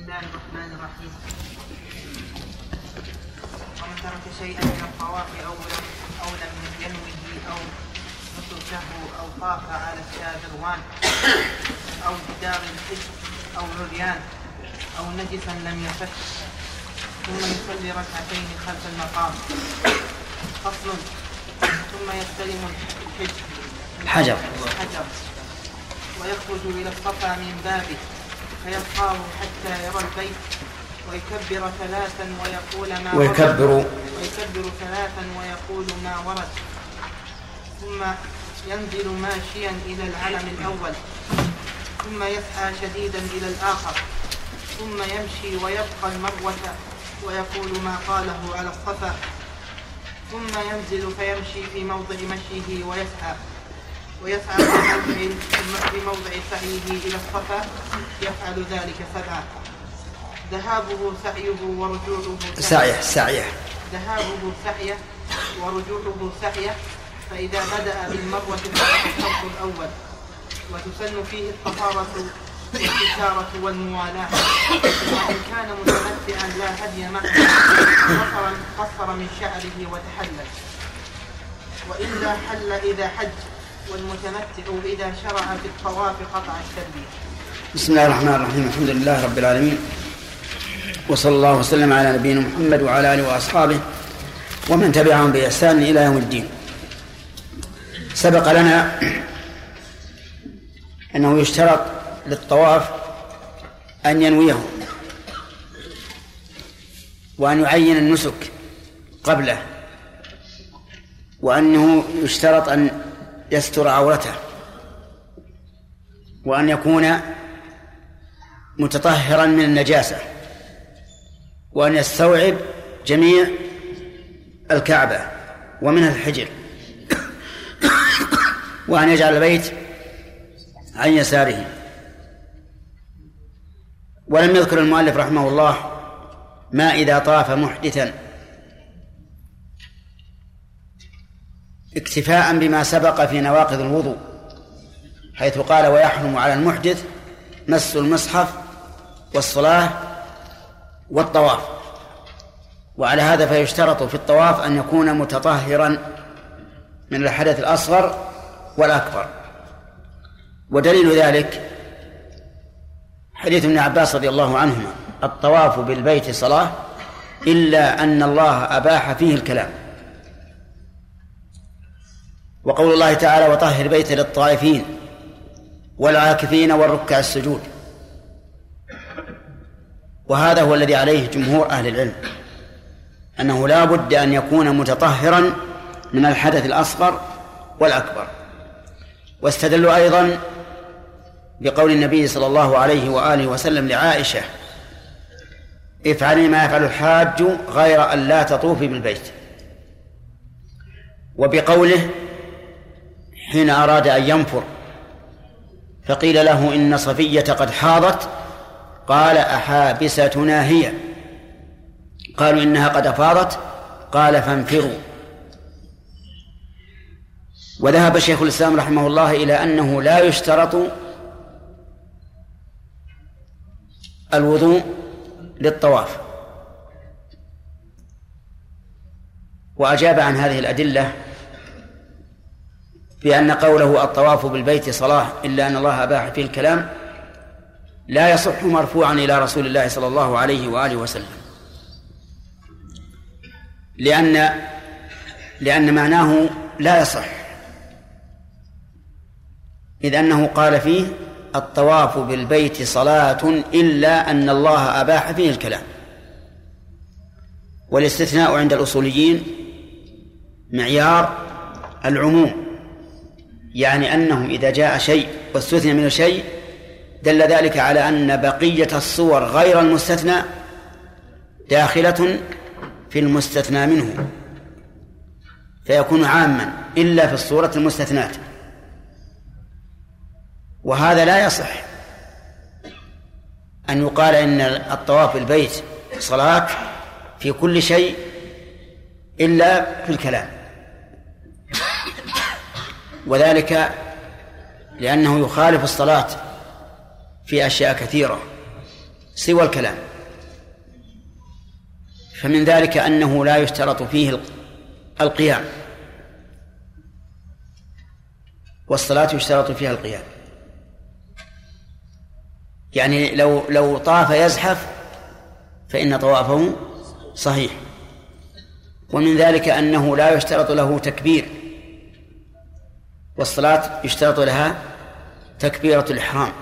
الله الرحمن الرحيم. ومن ترك شيئا من الطواف أو لم ينوه أو نسكه أو طاف على الشاذروان أو جدار الحج أو عريان أو نجسا لم يفك ثم يصلي ركعتين خلف المقام. فصل. ثم يستلم الحجر ويخرج إلى الصفا من بابه فيبقاه حتى يرى البيت ويكبر ثلاثا ويقول ما ورد ثم ينزل ماشيا إلى العلم الأول ثم يسعى شديدا إلى الآخر ثم يمشي ويبقى المروة ويقول ما قاله على الصفا ثم ينزل فيمشي في موضع مشيه ويسعى في موضع سعيه إلى الصفا يفعل ذلك 7. ذهابه سعيه ورجوعه سعيه فإذا بدأ بالمروة فهو الشرط الأول وتسن فيه الطهارة والاستشارة والموالاة. وإن كان متمتعا لا هدي معه قصر من شعره وتحلل وإلا حل إذا حج والمتمتع إذا شرع في الطواف قطع التلبية. بسم الله الرحمن الرحيم. الحمد لله رب العالمين وصلى الله وسلم على نبينا محمد وعلى آله وأصحابه ومن تبعهم بإحسان إلى يوم الدين. سبق لنا أنه يشترط للطواف أن ينويه وأن يعين النسك قبله وأنه يشترط أن يستر عورته وأن يكون متطهرا من النجاسة وأن يستوعب جميع الكعبة ومنها الحجر وأن يجعل البيت عن يساره. ولم يذكر المؤلف رحمه الله ما إذا طاف محدثا اكتفاء بما سبق في نواقض الوضوء حيث قال ويحرم على المحدث مس المصحف والصلاة والطواف. وعلى هذا فيشترط في الطواف أن يكون متطهرا من الحدث الأصغر والأكبر. ودليل ذلك حديث ابن عباس رضي الله عنهما الطواف بالبيت صلاة إلا أن الله أباح فيه الكلام. وقول الله تعالى وطهر بيت للطائفين والعاكفين والركع السجود. وهذا هو الذي عليه جمهور أهل العلم أنه لا بد أن يكون متطهرا من الحدث الأصغر والأكبر. واستدلوا أيضا بقول النبي صلى الله عليه وآله وسلم لعائشة افعلي ما يفعل الحاج غير أن لا تطوفي بالبيت. وبقوله حين أراد أن ينفر فقيل له إن صفية قد حاضت قال أحابستنا هي قالوا إنها قد أفاضت قال فانفروا. وذهب شيخ الإسلام رحمه الله إلى أنه لا يشترط الوضوء للطواف وأجاب عن هذه الأدلة بأن قوله الطواف بالبيت صلاة إلا أن الله أباح فيه الكلام لا يصح مرفوعا إلى رسول الله صلى الله عليه وآله وسلم لأن معناه لا يصح إذ أنه قال فيه الطواف بالبيت صلاة إلا أن الله أباح فيه الكلام. والاستثناء عند الأصوليين معيار العموم يعني أنه إذا جاء شيء واستثنى من شيء دل ذلك على أن بقية الصور غير المستثنى داخلة في المستثنى منه فيكون عاما إلا في الصورة المستثنات. وهذا لا يصح أن يقال إن الطواف بالبيت صلاة في كل شيء إلا في الكلام وذلك لأنه يخالف الصلاة في أشياء كثيرة سوى الكلام. فمن ذلك أنه لا يشترط فيه القيام، والصلاة يشترط فيها القيام. يعني لو طاف يزحف فإن طوافه صحيح. ومن ذلك أنه لا يشترط له تكبير، والصلاة يشترط لها تكبيرة الإحرام.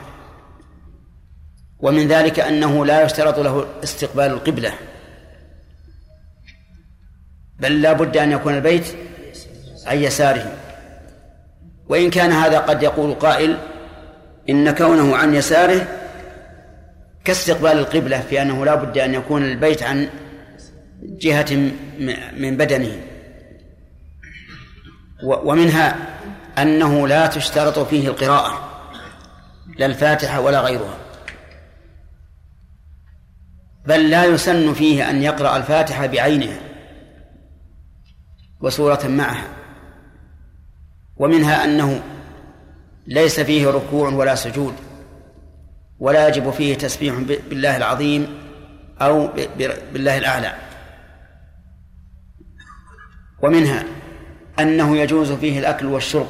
ومن ذلك أنه لا يشترط له استقبال القبلة، بل لا بد أن يكون البيت عن يساره. وإن كان هذا قد يقول قائل إن كونه عن يساره كاستقبال القبلة، في أنه لا بد أن يكون البيت عن جهة من بدنه. ومنها أنه لا تشترط فيه القراءة، لا الفاتحة ولا غيرها، بل لا يسن فيه أن يقرأ الفاتحة بعينها وسورة معها. ومنها أنه ليس فيه ركوع ولا سجود، ولا يجب فيه تسبيح بالله العظيم أو بالله الأعلى. ومنها أنه يجوز فيه الأكل والشرب،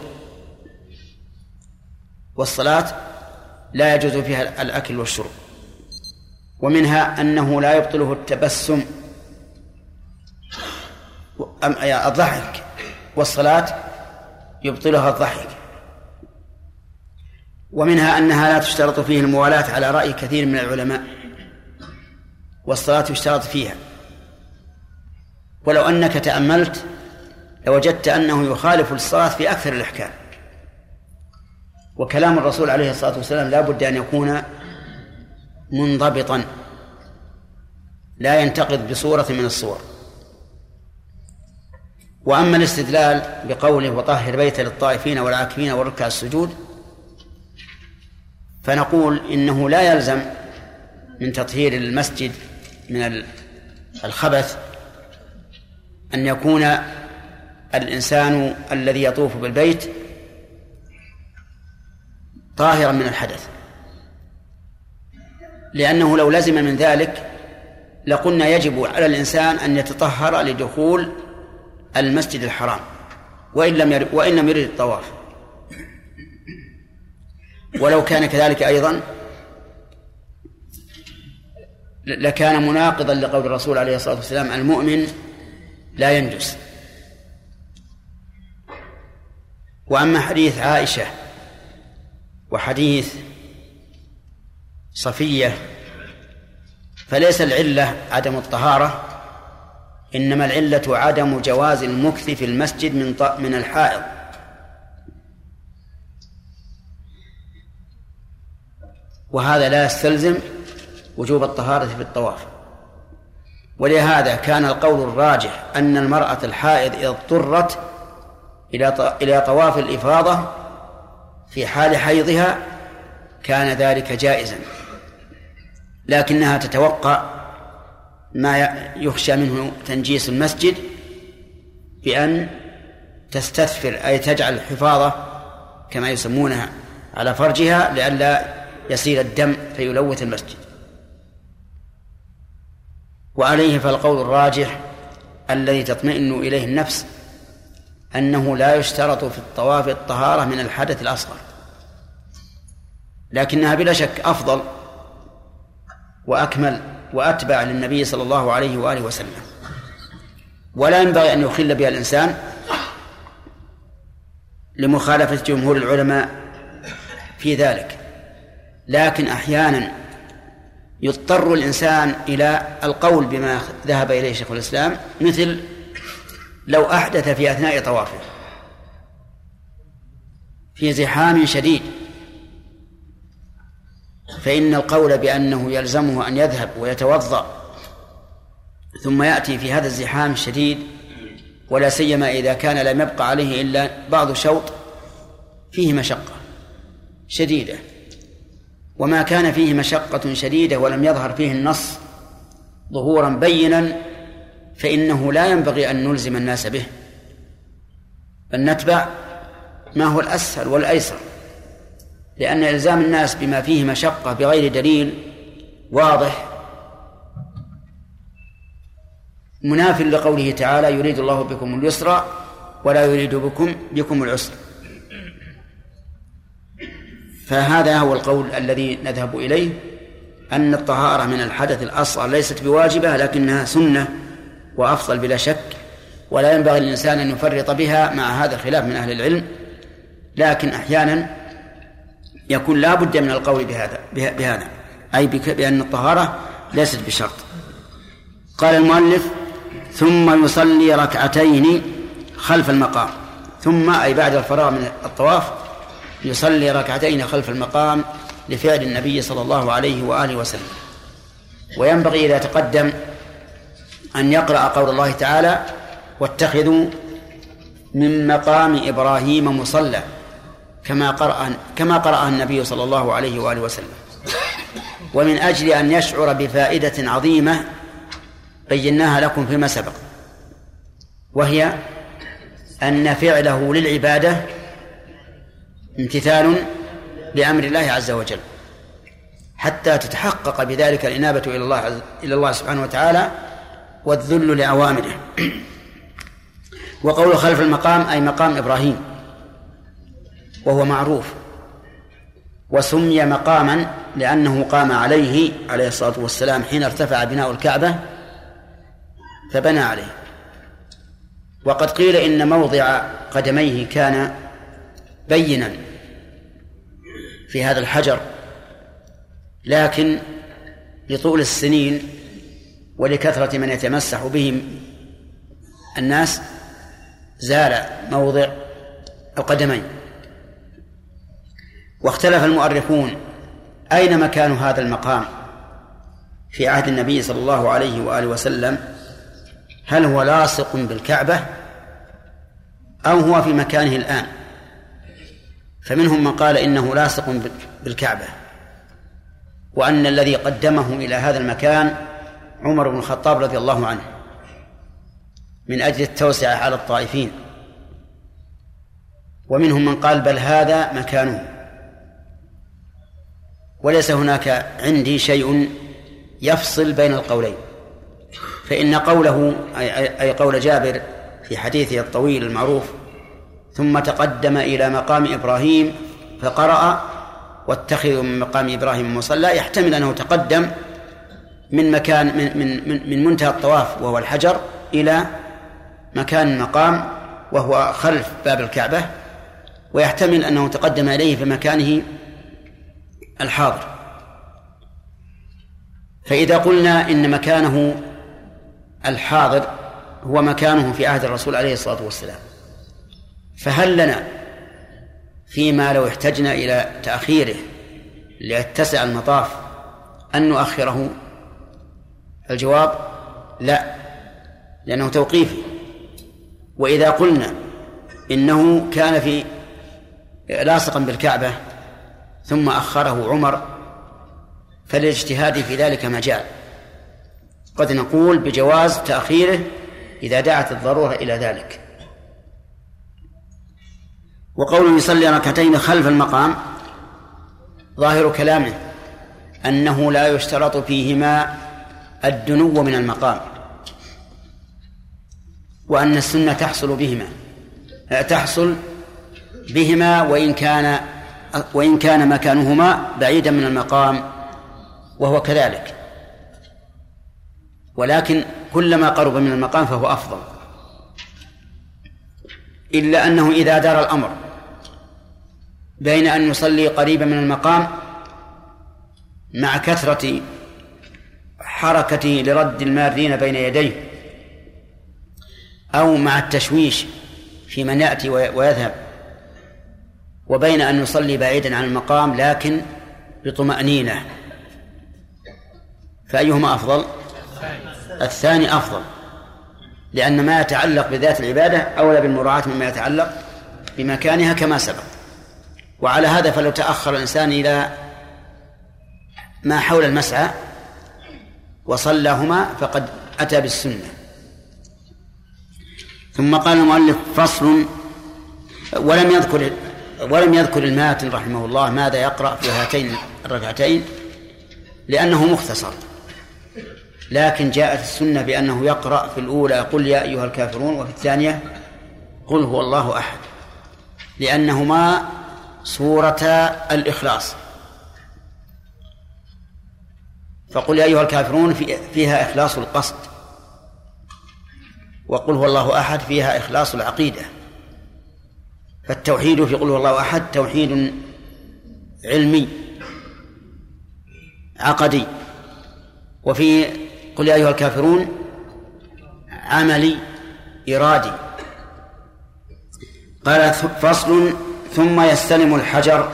والصلاة لا يجوز فيها الأكل والشرب. ومنها أنه لا يبطله التبسم الضحك، والصلاة يبطلها الضحك. ومنها أنها لا تشترط فيه الموالاة على رأي كثير من العلماء، والصلاة يشترط فيها. ولو أنك تأملت لوجدت أنه يخالف الصلاة في أكثر الأحكام. وكلام الرسول عليه الصلاة والسلام لا بد أن يكون منضبطا، لا ينتقض بصورة من الصور. وأما الاستدلال بقوله وطهر بيت للطائفين والعاكفين والركع السجود، فنقول إنه لا يلزم من تطهير المسجد من الخبث أن يكون الإنسان الذي يطوف بالبيت طاهرا من الحدث، لأنه لو لزم من ذلك لقلنا يجب على الإنسان أن يتطهر لدخول المسجد الحرام وإن لم يرد الطواف. ولو كان كذلك أيضا لكان مناقضا لقول الرسول عليه الصلاة والسلام المؤمن لا ينجس. وأما حديث عائشة وحديث صفية فليس العلة عدم الطهارة، إنما العلة عدم جواز المكث في المسجد من الحائض. وهذا لا يستلزم وجوب الطهارة في الطواف. ولهذا كان القول الراجح أن المرأة الحائض إذا اضطرت إلى طواف الإفاضة في حال حيضها كان ذلك جائزا، لكنها تتوقع ما يخشى منه تنجيس المسجد بأن تستثفر، أي تجعل الحفاظة كما يسمونها على فرجها لئلا يسيل الدم فيلوث المسجد. وعليه فالقول الراجح الذي تطمئن إليه النفس أنه لا يشترط في الطواف الطهارة من الحدث الأصغر، لكنها بلا شك أفضل وأكمل وأتبع للنبي صلى الله عليه وآله وسلم، ولا ينبغي أن يخل بها الإنسان لمخالفة جمهور العلماء في ذلك. لكن أحيانا يضطر الإنسان إلى القول بما ذهب إليه شيخ الإسلام، مثل لو أحدث في أثناء طوافه في زحام شديد، فإن القول بأنه يلزمه أن يذهب ويتوضأ ثم يأتي في هذا الزحام الشديد، ولا سيما إذا كان لم يبقى عليه إلا بعض شوط، فيه مشقة شديدة. وما كان فيه مشقة شديدة ولم يظهر فيه النص ظهورا بينا فإنه لا ينبغي أن نلزم الناس به، بل نتبع ما هو الأسهل والأيسر، لأن إلزام الناس بما فيه مشقة بغير دليل واضح مناف لقوله تعالى يريد الله بكم اليسر ولا يريد بكم العسر. فهذا هو القول الذي نذهب إليه، أن الطهارة من الحدث الأصغر ليست بواجبة لكنها سنة وأفضل بلا شك، ولا ينبغي للإنسان أن يفرط بها مع هذا الخلاف من أهل العلم، لكن أحيانا يكون لا بد من القول بهذا أي بأن الطهارة ليست بشرط. قال المؤلف ثم يصلي ركعتين خلف المقام، ثم أي بعد الفراغ من الطواف يصلي ركعتين خلف المقام لفعل النبي صلى الله عليه وآله وسلم. وينبغي إذا تقدم أن يقرأ قول الله تعالى واتخذوا من مقام إبراهيم مصلى كما قرأ النبي صلى الله عليه وآله وسلم. ومن أجل أن يشعر بفائدة عظيمة بيناها لكم فيما سبق، وهي أن فعله للعبادة امتثال لأمر الله عز وجل، حتى تتحقق بذلك الإنابة إلى الله سبحانه وتعالى والذل لأوامره. وقول خلف المقام أي مقام إبراهيم، وهو معروف، وسمي مقاما لأنه قام عليه الصلاة والسلام حين ارتفع بناء الكعبة فبنى عليه. وقد قيل إن موضع قدميه كان بينا في هذا الحجر، لكن لطول السنين ولكثرة من يتمسح به الناس زال موضع القدمين. واختلف المؤرخون أين مكان هذا المقام في عهد النبي صلى الله عليه وآله وسلم، هل هو لاصق بالكعبة أو هو في مكانه الآن؟ فمنهم من قال إنه لاصق بالكعبة، وأن الذي قدمه إلى هذا المكان عمر بن الخطاب رضي الله عنه من أجل التوسعة على الطائفين. ومنهم من قال بل هذا مكانه. وليس هناك عندي شيء يفصل بين القولين، فإن قوله أي قول جابر في حديثه الطويل المعروف ثم تقدم إلى مقام إبراهيم فقرأ واتخذوا من مقام إبراهيم مصلى، يحتمل أنه تقدم من مكان من منتهى الطواف وهو الحجر إلى مكان المقام وهو خلف باب الكعبة، ويحتمل أنه تقدم إليه في مكانه الحاضر. فإذا قلنا إن مكانه الحاضر هو مكانه في عهد الرسول عليه الصلاة والسلام، فهل لنا فيما لو احتجنا إلى تأخيره ليتسع المطاف أن نؤخره؟ الجواب لا، لأنه توقيفي. وإذا قلنا إنه كان في لاصقا بالكعبة ثم أخره عمر فالاجتهاد في ذلك مجال، قد نقول بجواز تأخيره إذا دعت الضرورة إلى ذلك. وقوله يصلي ركعتين خلف المقام ظاهر كلامه أنه لا يشترط فيهما الدنو من المقام، وأن السنة تحصل بهما وإن كان مكانهما بعيدا من المقام، وهو كذلك، ولكن كلما قرب من المقام فهو أفضل. إلا أنه إذا دار الأمر بين أن يصلي قريبا من المقام مع كثرة حركته لرد المارين بين يديه، أو مع التشويش في من يأتي ويذهب، وبين أن يصلي بعيدا عن المقام لكن بطمأنينة، فأيهما أفضل؟ الثاني أفضل، لأن ما يتعلق بذات العبادة أولى بالمراعاة مما يتعلق بمكانها كما سبق. وعلى هذا فلو تأخر الإنسان إلى ما حول المسعى وصلىهما فقد أتى بالسنة. ثم قال المؤلف فصل، ولم يذكر الماتن رحمه الله ماذا يقرأ في هاتين الركعتين، لأنه مختصر، لكن جاءت السنة بأنه يقرأ في الأولى قل يا أيها الكافرون، وفي الثانية قل هو الله أحد، لأنهما سورة الإخلاص. فقل يا أيها الكافرون فيها إخلاص القصد، وقل هو الله أحد فيها إخلاص العقيدة. فالتوحيد في قل هو الله أحد توحيد علمي عقدي، وفي قل يا أيها الكافرون عملي إرادي. قال فصل ثم يستلم الحجر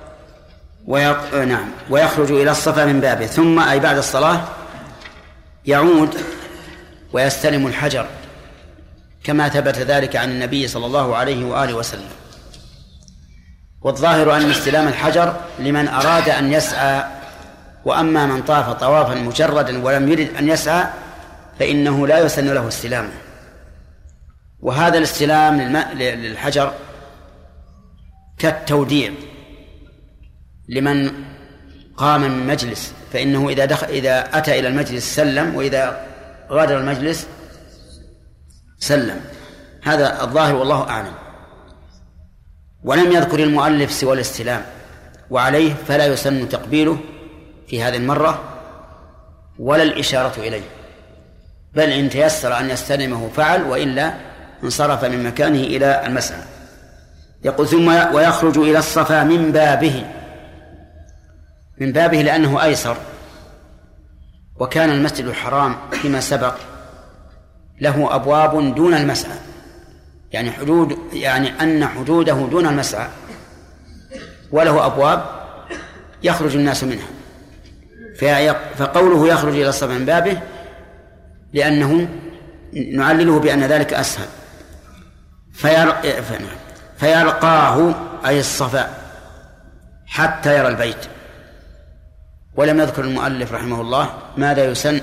ويخرج إلى الصفا من بابه، ثم أي بعد الصلاة يعود ويستلم الحجر كما ثبت ذلك عن النبي صلى الله عليه وآله وسلم. والظاهر أن استلام الحجر لمن أراد أن يسعى، وأما من طاف طوافا مجردا ولم يرد أن يسعى فإنه لا يسن له استلامه. وهذا الاستلام للحجر كالتوديع لمن قام من مجلس، فإنه إذا أتى إلى المجلس سلم، وإذا غادر المجلس سلم. هذا الظاهر والله أعلم. ولم يذكر المؤلف سوى الاستلام، وعليه فلا يسن تقبيله في هذه المرة ولا الإشارة إليه، بل إن تيسر أن يستلمه فعل، وإلا انصرف من مكانه إلى المسعى. يقول ثم ويخرج إلى الصفا من بابه، من بابه لأنه أيسر. وكان المسجد الحرام فيما سبق له أبواب دون المسعى، يعني أن حدوده دون المسعى، وله أبواب يخرج الناس منها. فقوله يخرج إلى الصفا من بابه لأنه نعلله بأن ذلك أسهل. فيلقاه أي الصفا حتى يرى البيت. ولم يذكر المؤلف رحمه الله ماذا يسن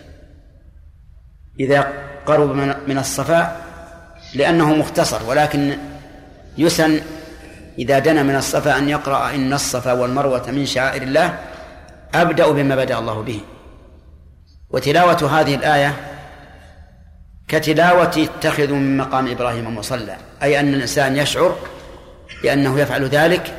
إذا قرب من الصفا، لأنه مختصر، ولكن يسن إذا دنا من الصفا أن يقرأ إن الصفا والمروة من شعائر الله أبدأ بما بدأ الله به. وتلاوة هذه الآية كتلاوة اتخذوا من مقام إبراهيم مصلى، أي أن الإنسان يشعر بأنه يفعل ذلك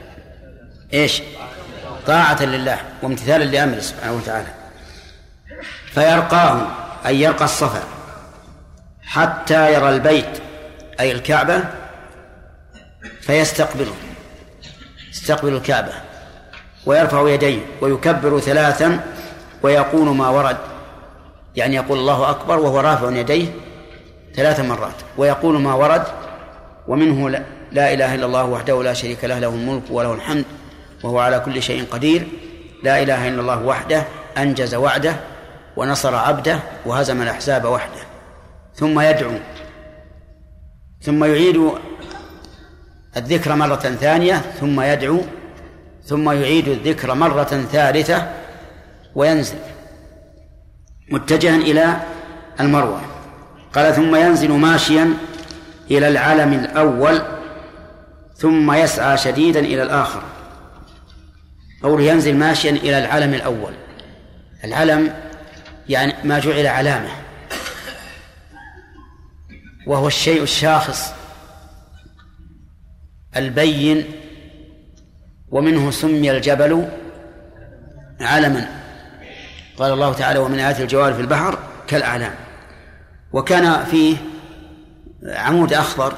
طاعة لله وامتثالا لأمره سبحانه وتعالى. فيرقاه أي يرقى الصفا حتى يرى البيت أي الكعبة، فيستقبل الكعبة ويرفع يديه ويكبر 3 ويقول ما ورد، يعني يقول الله أكبر وهو رافع يديه 3 مرات، ويقول ما ورد، ومنه لا إله إلا الله وحده لا شريك له، له الملك وله الحمد وهو على كل شيء قدير، لا إله إلا الله وحده أنجز وعده ونصر عبده وهزم الأحزاب وحده. ثم يدعو، ثم يعيد الذكر مرة ثانية، ثم يدعو، ثم يعيد الذكر مرة ثالثة وينزل متجها إلى المروة. قال ثم ينزل ماشيا إلى العلم الأول ثم يسعى شديدا إلى الآخر. أو ينزل ماشيا إلى العلم الأول. العلم يعني ما جعل علامة، وهو الشيء الشاخص البين، ومنه سمي الجبل علما. قال الله تعالى ومن آيات الجوار في البحر كالأعلام. وكان فيه عمود أخضر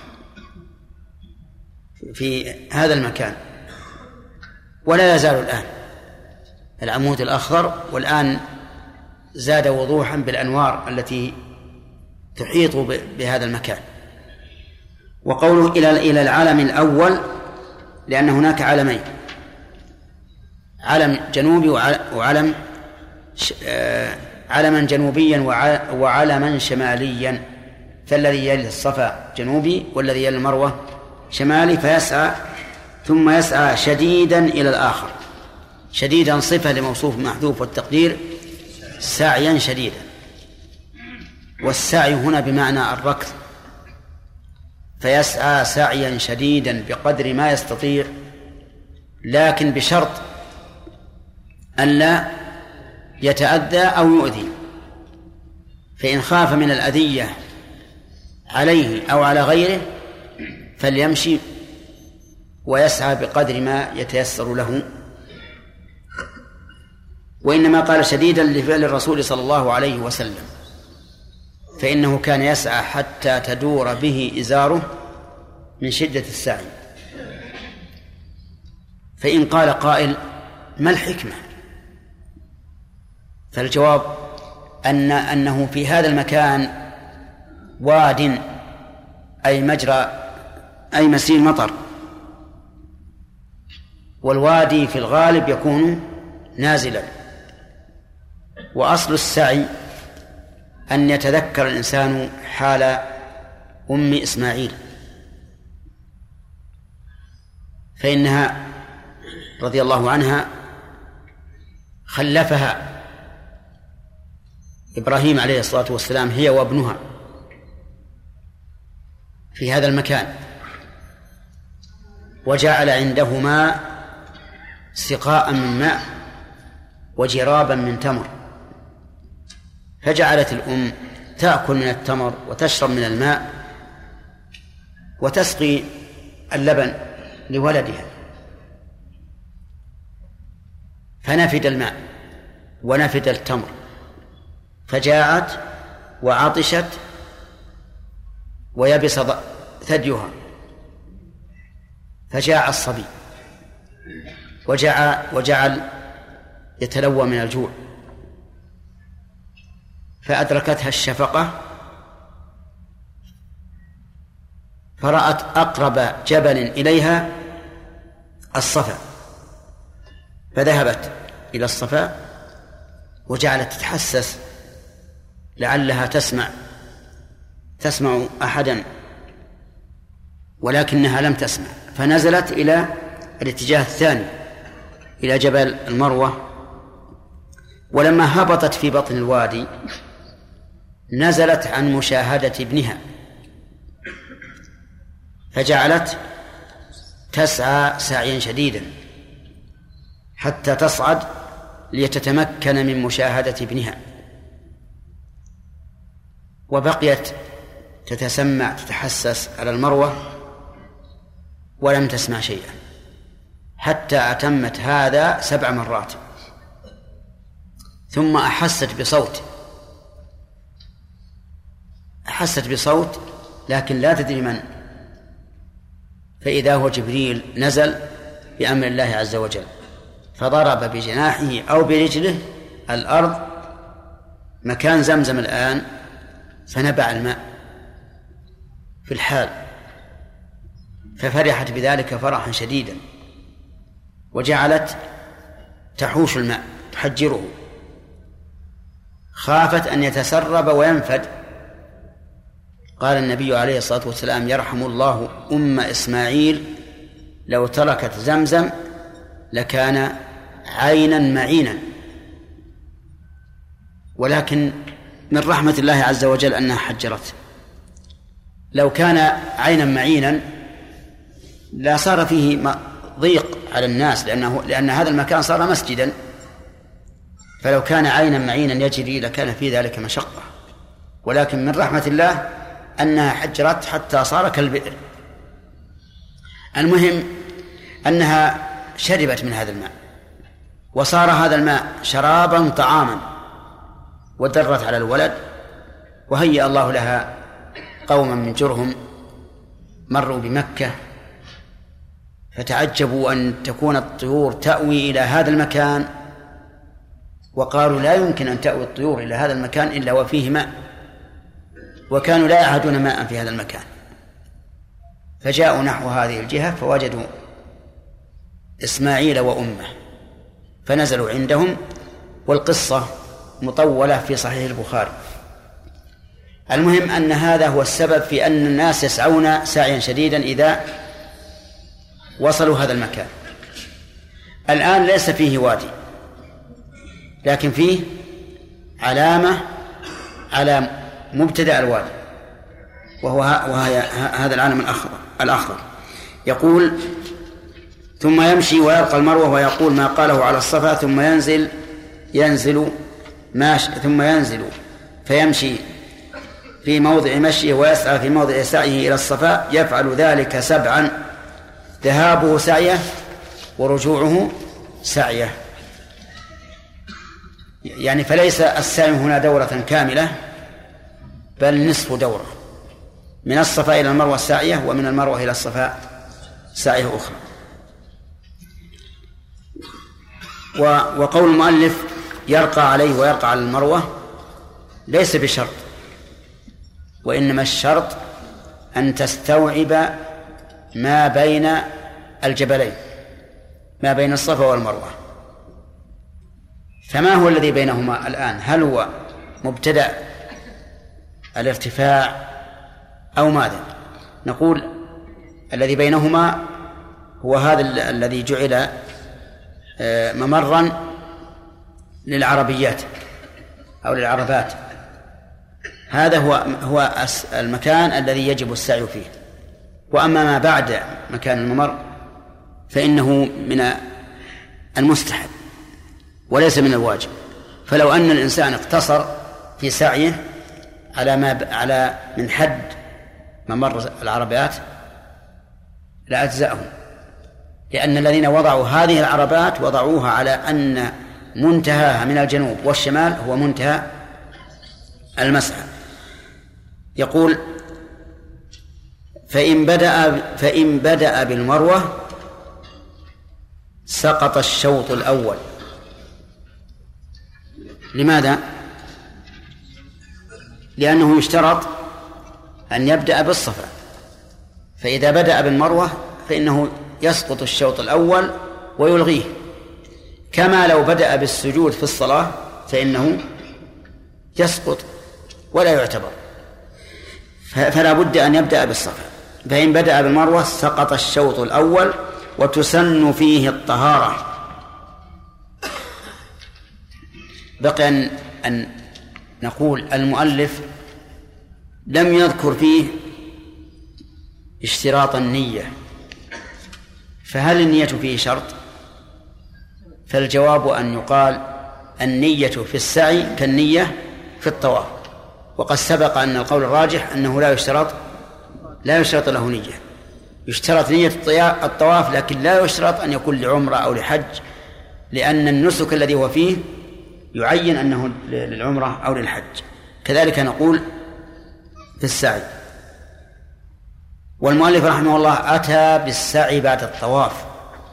في هذا المكان، ولا يزال الآن العمود الأخضر، والآن زاد وضوحا بالأنوار التي تحيط بهذا المكان. وقوله إلى العلم الأول لأن هناك علمين، علم جنوبي وعلم علما جنوبيا وعلما شماليا، فالذي يلي الصفا جنوبي والذي يلي المروة شمالي. فيسعى ثم يسعى شديدا إلى الآخر. شديدا صفة لموصوف محذوف، والتقدير سعيا شديدا. والسعي هنا بمعنى الركض، فيسعى سعيا شديدا بقدر ما يستطيع، لكن بشرط ألا يتأذى أو يؤذي، فإن خاف من الأذية عليه أو على غيره فليمشي ويسعى بقدر ما يتيسر له. وإنما قال شديدا لفعل الرسول صلى الله عليه وسلم، فإنه كان يسعى حتى تدور به إزاره من شدة السعي. فإن قال قائل ما الحكمة؟ فالجواب أنه في هذا المكان واد أي مجرى أي مسيل مطر، والوادي في الغالب يكون نازلا، وأصل السعي أن يتذكر الإنسان حال أم إسماعيل، فإنها رضي الله عنها خلفها إبراهيم عليه الصلاة والسلام هي وابنها في هذا المكان، وجعل عندهما سقاء من ماء وجرابا من تمر، فجعلت الأم تأكل من التمر وتشرب من الماء وتسقي اللبن لولدها، فنفد الماء ونفد التمر، فجاءت وعطشت ويبس ثديها، فجاء الصبي وجعل يتلوى من الجوع، فأدركتها الشفقة فرأت أقرب جبل إليها الصفا، فذهبت إلى الصفا وجعلت تتحسس لعلها تسمع أحدا، ولكنها لم تسمع، فنزلت إلى الاتجاه الثاني إلى جبل المروة. ولما هبطت في بطن الوادي نزلت عن مشاهدة ابنها، فجعلت تسعى سعيا شديدا حتى تصعد لتتمكن من مشاهدة ابنها، وبقيت تتسمع تتحسس على المروة ولم تسمع شيئا حتى أتمت هذا 7 مرات، ثم أحست بصوت لكن لا تدري من، فإذا هو جبريل نزل بأمر الله عز وجل فضرب بجناحه أو برجله الأرض مكان زمزم الآن، فنبع الماء في الحال، ففرحت بذلك فرحا شديدا، وجعلت تحوش الماء تحجره، خافت أن يتسرب وينفد. قال النبي عليه الصلاة والسلام يرحم الله أم إسماعيل لو تركت زمزم لكان عينا معينا، ولكن من رحمة الله عز وجل أنها حجرت. لو كان عينا معينا لا صار فيه ضيق على الناس، لأن هذا المكان صار مسجدا، فلو كان عينا معينا يجري لكان في ذلك مشقة، ولكن من رحمة الله أنها حجرت حتى صار كالبئر. المهم أنها شربت من هذا الماء، وصار هذا الماء شرابا طعاما، ودرت على الولد، وهيأ الله لها قوما من جرهم مروا بمكة فتعجبوا أن تكون الطيور تأوي إلى هذا المكان، وقالوا لا يمكن أن تأوي الطيور إلى هذا المكان إلا وفيه ماء، وكانوا لا يعهدون ماء في هذا المكان، فجاءوا نحو هذه الجهة فوجدوا إسماعيل وأمه فنزلوا عندهم، والقصة مطولة في صحيح البخاري. المهم أن هذا هو السبب في أن الناس يسعون سعيا شديدا إذا وصلوا هذا المكان. الآن ليس فيه وادي، لكن فيه علامة على مبتدأ الوادي، وهي هذا العالم الأخضر. يقول ثم يمشي ويلقى المروة ويقول ما قاله على الصفا، ثم ثم ينزل فيمشي في موضع مشيه ويسعى في موضع سعيه إلى الصفا، يفعل ذلك 7، ذهابه سعيه ورجوعه سعيه. يعني فليس السعي هنا دورة كاملة بل نصف دورة، من الصفا إلى المروة سعيه، ومن المروة إلى الصفا سعيه أخرى. وقول المؤلف يرقى عليه ويرقى على المروة ليس بشرط، وإنما الشرط أن تستوعب ما بين الجبلين، ما بين الصفا والمروة. فما هو الذي بينهما الآن؟ هل هو مبتدأ الارتفاع أو ماذا؟ نقول الذي بينهما هو هذا الذي جعل ممرا للعربيات أو للعربات، هذا هو المكان الذي يجب السعي فيه. وأما ما بعد مكان الممر فإنه من المستحب وليس من الواجب. فلو أن الإنسان اقتصر في سعيه على من حد ممر العربات لأجزأه، لأن الذين وضعوا هذه العربات وضعوها على أن منتهاها من الجنوب والشمال هو منتهى المسعى. يقول فإن بدأ بالمروة سقط الشوط الأول. لماذا؟ لأنه يشترط أن يبدأ بالصفا، فإذا بدأ بالمروة فإنه يسقط الشوط الأول ويلغيه، كما لو بدأ بالسجود في الصلاة فإنه يسقط ولا يعتبر. فلا بد أن يبدأ بالصفا. فإن بدأ بالمروة سقط الشوط الأول وتسن فيه الطهارة. بقي أن نقول المؤلف لم يذكر فيه اشتراط النية، فهل النية فيه شرط؟ فالجواب أن يقال النية في السعي كالنية في الطواف، وقد سبق أن القول الراجح أنه لا يشترط له نية. يشترط نية الطواف لكن لا يشترط أن يكون لعمرة أو لحج، لأن النسك الذي هو فيه يعين أنه للعمرة أو للحج. كذلك نقول في السعي. والمؤلف رحمه الله أتى بالسعي بعد الطواف،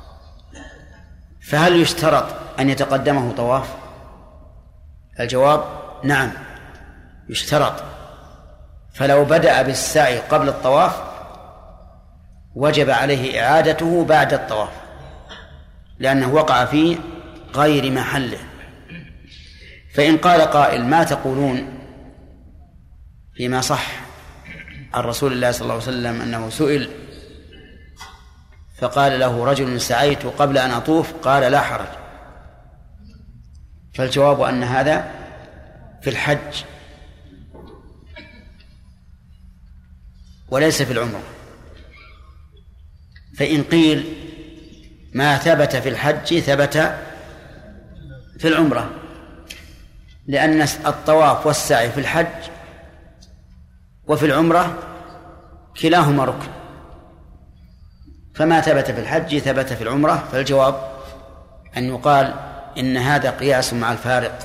فهل يشترط أن يتقدمه طواف؟ الجواب نعم يشترط. فلو بدأ بالسعي قبل الطواف وجب عليه إعادته بعد الطواف، لأنه وقع في غير محله. فإن قال قائل ما تقولون فيما صح عن رسول الله صلى الله عليه وسلم أنه سئل فقال له رجل سعيت قبل أن أطوف، قال لا حرج. فالجواب أن هذا في الحج وليس في العمرة. فإن قيل ما ثبت في الحج ثبت في العمرة، لأن الطواف والسعي في الحج وفي العمرة كلاهما ركن، فما ثبت في الحج ثبت في العمرة. فالجواب أن يقال إن هذا قياس مع الفارق،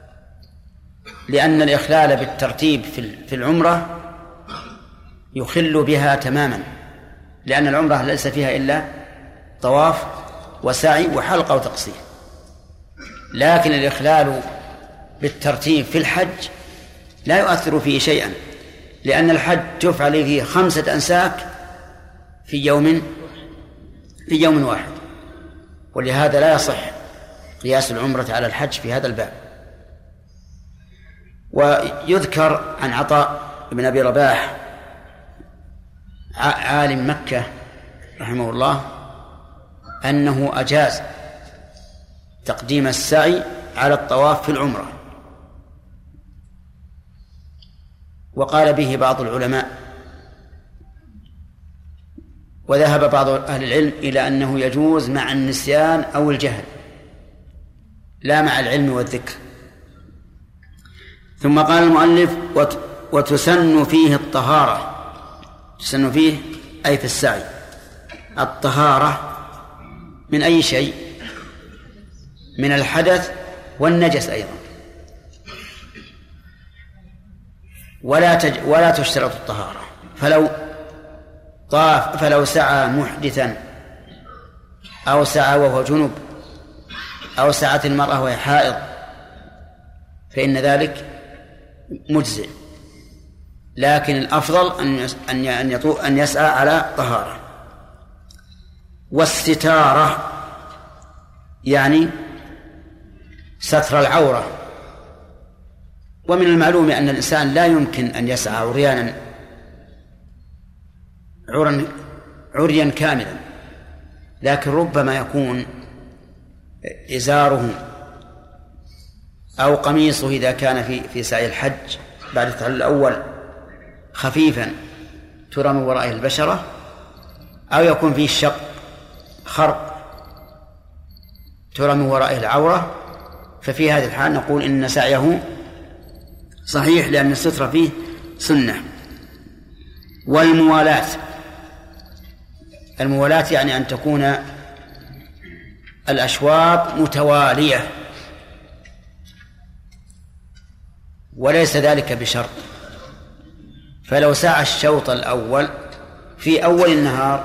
لأن الإخلال بالترتيب في العمرة يخل بها تماما، لأن العمرة ليس فيها إلا طواف وسعي وحلقة وتقصير. لكن الإخلال بالترتيب في الحج لا يؤثر فيه شيئا، لأن الحج تفعل فيه 5 أنساك في يوم واحد، ولهذا لا يصح قياس العمرة على الحج في هذا الباب. ويذكر عن عطاء بن أبي رباح عالم مكة رحمه الله أنه أجاز تقديم السعي على الطواف في العمرة، وقال به بعض العلماء، وذهب بعض أهل العلم إلى أنه يجوز مع النسيان أو الجهل لا مع العلم والذكر. ثم قال المؤلف وتسن فيه الطهارة. تسن فيه أي في السعي الطهارة من أي شيء؟ من الحدث والنجس أيضا. ولا تشترط الطهارة. فلو سعى محدثا أو سعى وهو جنب أو سعت المرأة وهي حائض فإن ذلك مجزئ، لكن الأفضل أن يسعى على طهارة. والستارة يعني ستر العورة. ومن المعلوم أن الإنسان لا يمكن أن يسعى عريانا عريا كاملا، لكن ربما يكون إزاره أو قميصه إذا كان في سعي الحج بعد التحلل الأول خفيفا ترى من ورائه البشرة، أو يكون فيه شق خرق ترى من ورائه العورة، ففي هذه الحال نقول إن سعيه صحيح لأن الستر فيه سنة. والموالاة يعني أن تكون الأشواط متوالية، وليس ذلك بشرط. فلو سعى الشوط الأول في أول النهار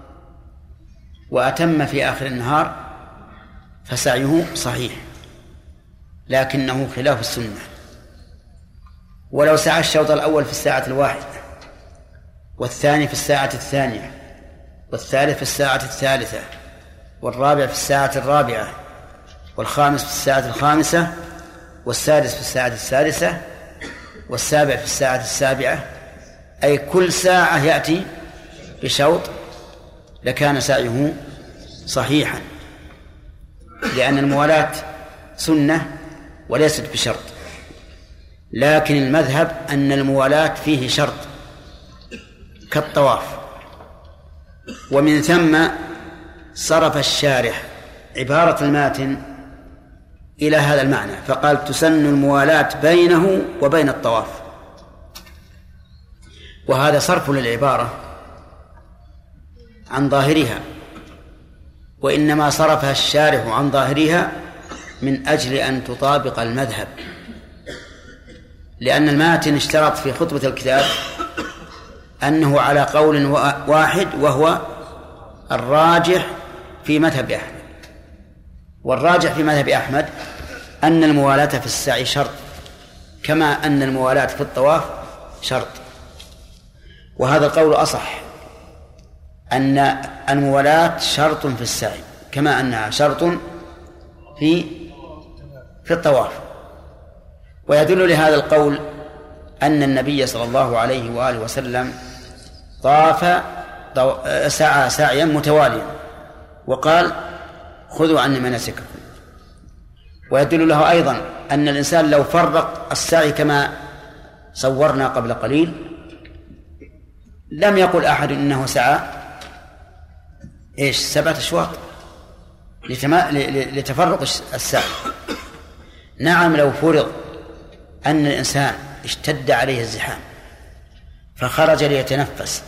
وأتم في آخر النهار فسعيه صحيح، لكنه خلاف السنة. ولو سعى الشوط الأول في الساعة الواحدة، والثاني في الساعة الثانية، والثالث في الساعة الثالثة، والرابع في الساعة الرابعة، والخامس في الساعة الخامسة، والسادس في الساعة السادسة، والسابع في الساعة السابعة، أي كل ساعة يأتي بشوط، لكان سعيه صحيحا، لأن الموالاة سنة وليست بشرط. لكن المذهب أن الموالاة فيه شرط كالطواف. ومن ثم صرف الشارح عبارة الماتن إلى هذا المعنى، فقال تسن الموالاة بينه وبين الطواف. وهذا صرف للعبارة عن ظاهرها، وإنما صرفها الشارح عن ظاهرها من أجل أن تطابق المذهب، لأن الماتن اشترط في خطبة الكتاب أنه على قول واحد وهو الراجح في مذهب أحمد. والراجح في مذهب أحمد أن الموالاة في السعي شرط، كما أن الموالاة في الطواف شرط. وهذا القول أصح، أن الموالاة شرط في السعي كما أنها شرط في الطواف. ويدل لهذا القول أن النبي صلى الله عليه وآله وسلم سعى سعيا متواليا وقال خذوا عني مناسككم. ويدل له أيضا أن الإنسان لو فرق السعي كما صورنا قبل قليل لم يقل أحد إنه سعى 7 أشواط لتفرق السعي. نعم، لو فرض أن الإنسان اشتد عليه الزحام فخرج ليتنفس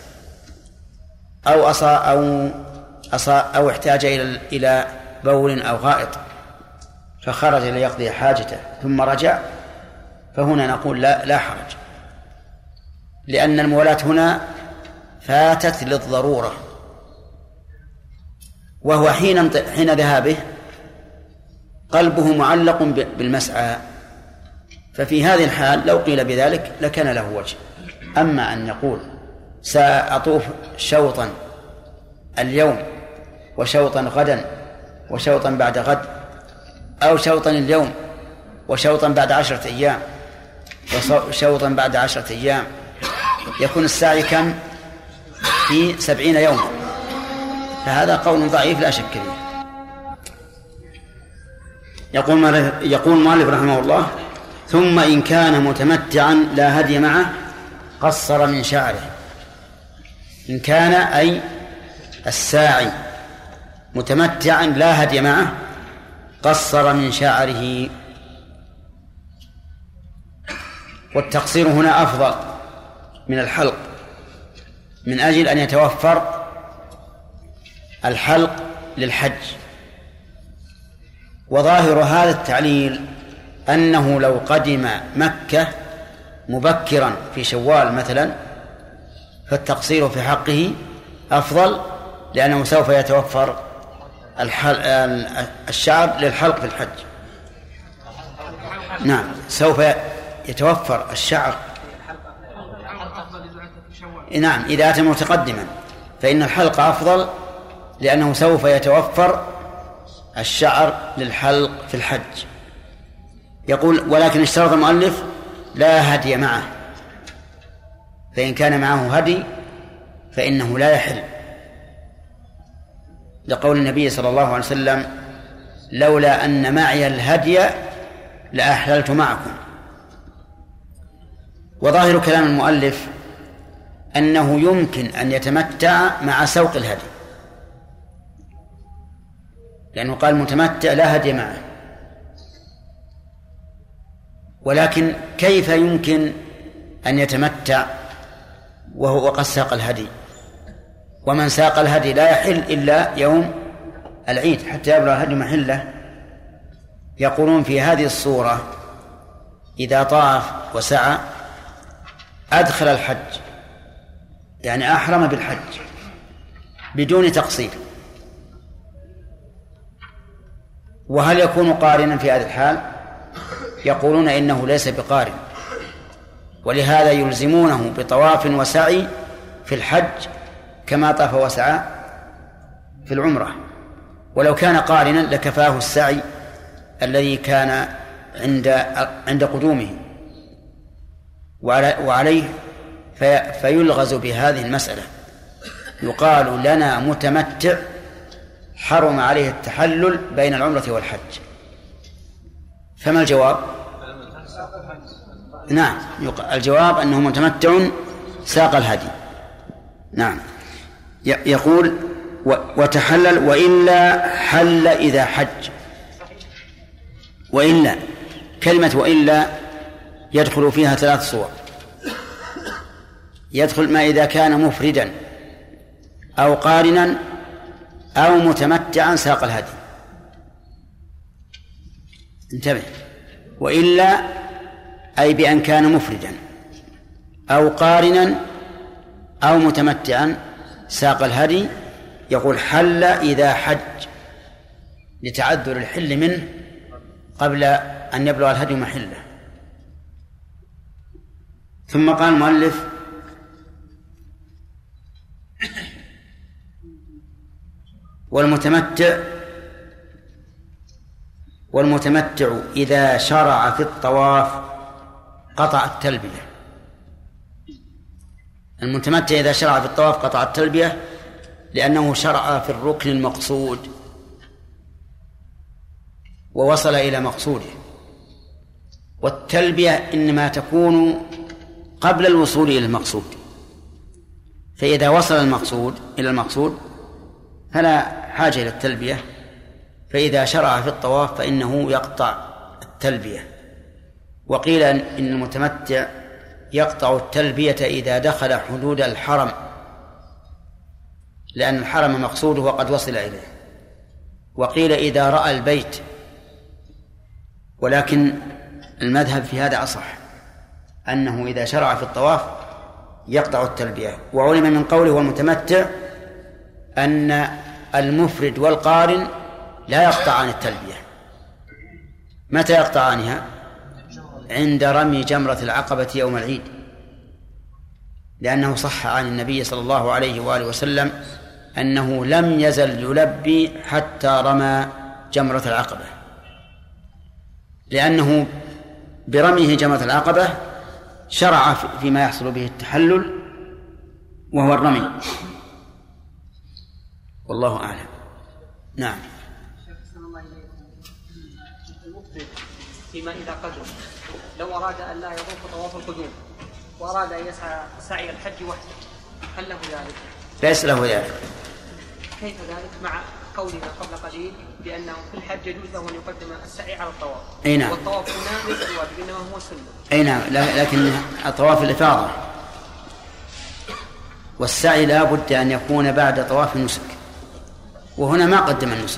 أو احتاج إلى بول أو غائط فخرج ليقضي حاجته ثم رجع، فهنا نقول لا حرج، لأن الموالاة هنا فاتت للضرورة، وهو حين ذهابه قلبه معلق بالمسعى، ففي هذه الحال لو قيل بذلك لكان له وجه. أما أن يقول سأطوف شوطا اليوم وشوطا غدا وشوطا بعد غد، أو شوطا اليوم وشوطا بعد 10 أيام وشوطا بعد 10 أيام، يكون السعي كم؟ في 70 يوما، فهذا قول ضعيف لا شك فيه. يقول مالك رحمه الله: ثم إن كان متمتعا لا هدي معه قصر من شعره. إن كان أي الساعي متمتعا لا هدي معه قصر من شعره. والتقصير هنا أفضل من الحلق من أجل أن يتوفر الحلق للحج. وظاهر هذا التعليل أنه لو قدم مكة مبكرا في شوال مثلا فالتقصير في حقه أفضل، لأنه سوف يتوفر الشعر للحلق في الحج. نعم، سوف يتوفر الشعر. نعم، إذا أتى متقدما فإن الحلق أفضل، لأنه سوف يتوفر الشعر للحلق في الحج. يقول: ولكن اشترط المؤلف لا هدي معه، فإن كان معه هدي فإنه لا يحل، لقول النبي صلى الله عليه وسلم: لولا أن معي الهدي لأحللت معكم. وظاهر كلام المؤلف أنه يمكن أن يتمتع مع سوق الهدي، لأنه قال متمتع لا هدي معه. ولكن كيف يمكن أن يتمتع وهو قد ساق الهدي؟ ومن ساق الهدي لا يحل إلا يوم العيد حتى يبلغ الهدي محله. يقولون في هذه الصورة إذا طاف وسعى أدخل الحج، يعني أحرم بالحج بدون تقصير. وهل يكون قارنا في هذه الحال؟ يقولون إنه ليس بقارن، ولهذا يلزمونه بطواف وسعي في الحج كما طاف وسعى في العمرة. ولو كان قارنا لكفاه السعي الذي كان عند قدومه. وعليه فيلغز بهذه المسألة، يقال لنا متمتع حرم عليه التحلل بين العمرة والحج. فما الجواب؟ نعم، الجواب أنه متمتع ساق الهدي. نعم. يقول: وتحلل وإلا حل إذا حج. وإلا، كلمة وإلا يدخل فيها 3 صور. يدخل ما إذا كان مفردا أو قارنا أو متمتعا ساق الهدي. انتبه، وإلا أي بأن كان مفردا أو قارنا أو متمتعا ساق الهدي. يقول: حل إذا حج، لتعذر الحل منه قبل أن يبلغ الهدي محله. ثم قال المؤلف: والمتمتع إذا شرع في الطواف قطع التلبية. المتمتع إذا شرع في الطواف قطع التلبية، لأنه شرع في الركن المقصود ووصل إلى مقصوده. والتلبية إنما تكون قبل الوصول إلى المقصود، فإذا وصل إلى المقصود فلا حاجة إلى التلبية. فإذا شرع في الطواف فإنه يقطع التلبية. وقيل إن المتمتع يقطع التلبية إذا دخل حدود الحرم، لأن الحرم مقصوده وقد وصل إليه. وقيل إذا رأى البيت، ولكن المذهب في هذا أصح، أنه إذا شرع في الطواف يقطع التلبية. وعلم من قوله والمتمتع أن المفرد والقارن لا يقطعان التلبية. متى يقطعانها؟ عند رمي جمرة العقبة يوم العيد، لأنه صح عن النبي صلى الله عليه وآله وسلم أنه لم يزل يلبي حتى رمى جمرة العقبة، لأنه برميه جمرة العقبة شرع فيما يحصل به التحلل وهو الرمي. والله أعلم. نعم. المفرد فيما إذا قدم لو أراد أن لا يطوف طواف القدوم وأراد أن يسعى سعي الحج وحده، هل له ذلك؟ ليس له ذلك، كيف ذلك مع قولنا قبل قليل بأنه في الحج يجوز له أن يقدم السعي على الطواف؟ أي نعم. والطواف هنا ليس بواجب إنما هو سنة. أي نعم، لكن طواف الإفاضة والسعي لا بد أن يكون بعد طواف النسك، وهنا ما قدم النسك.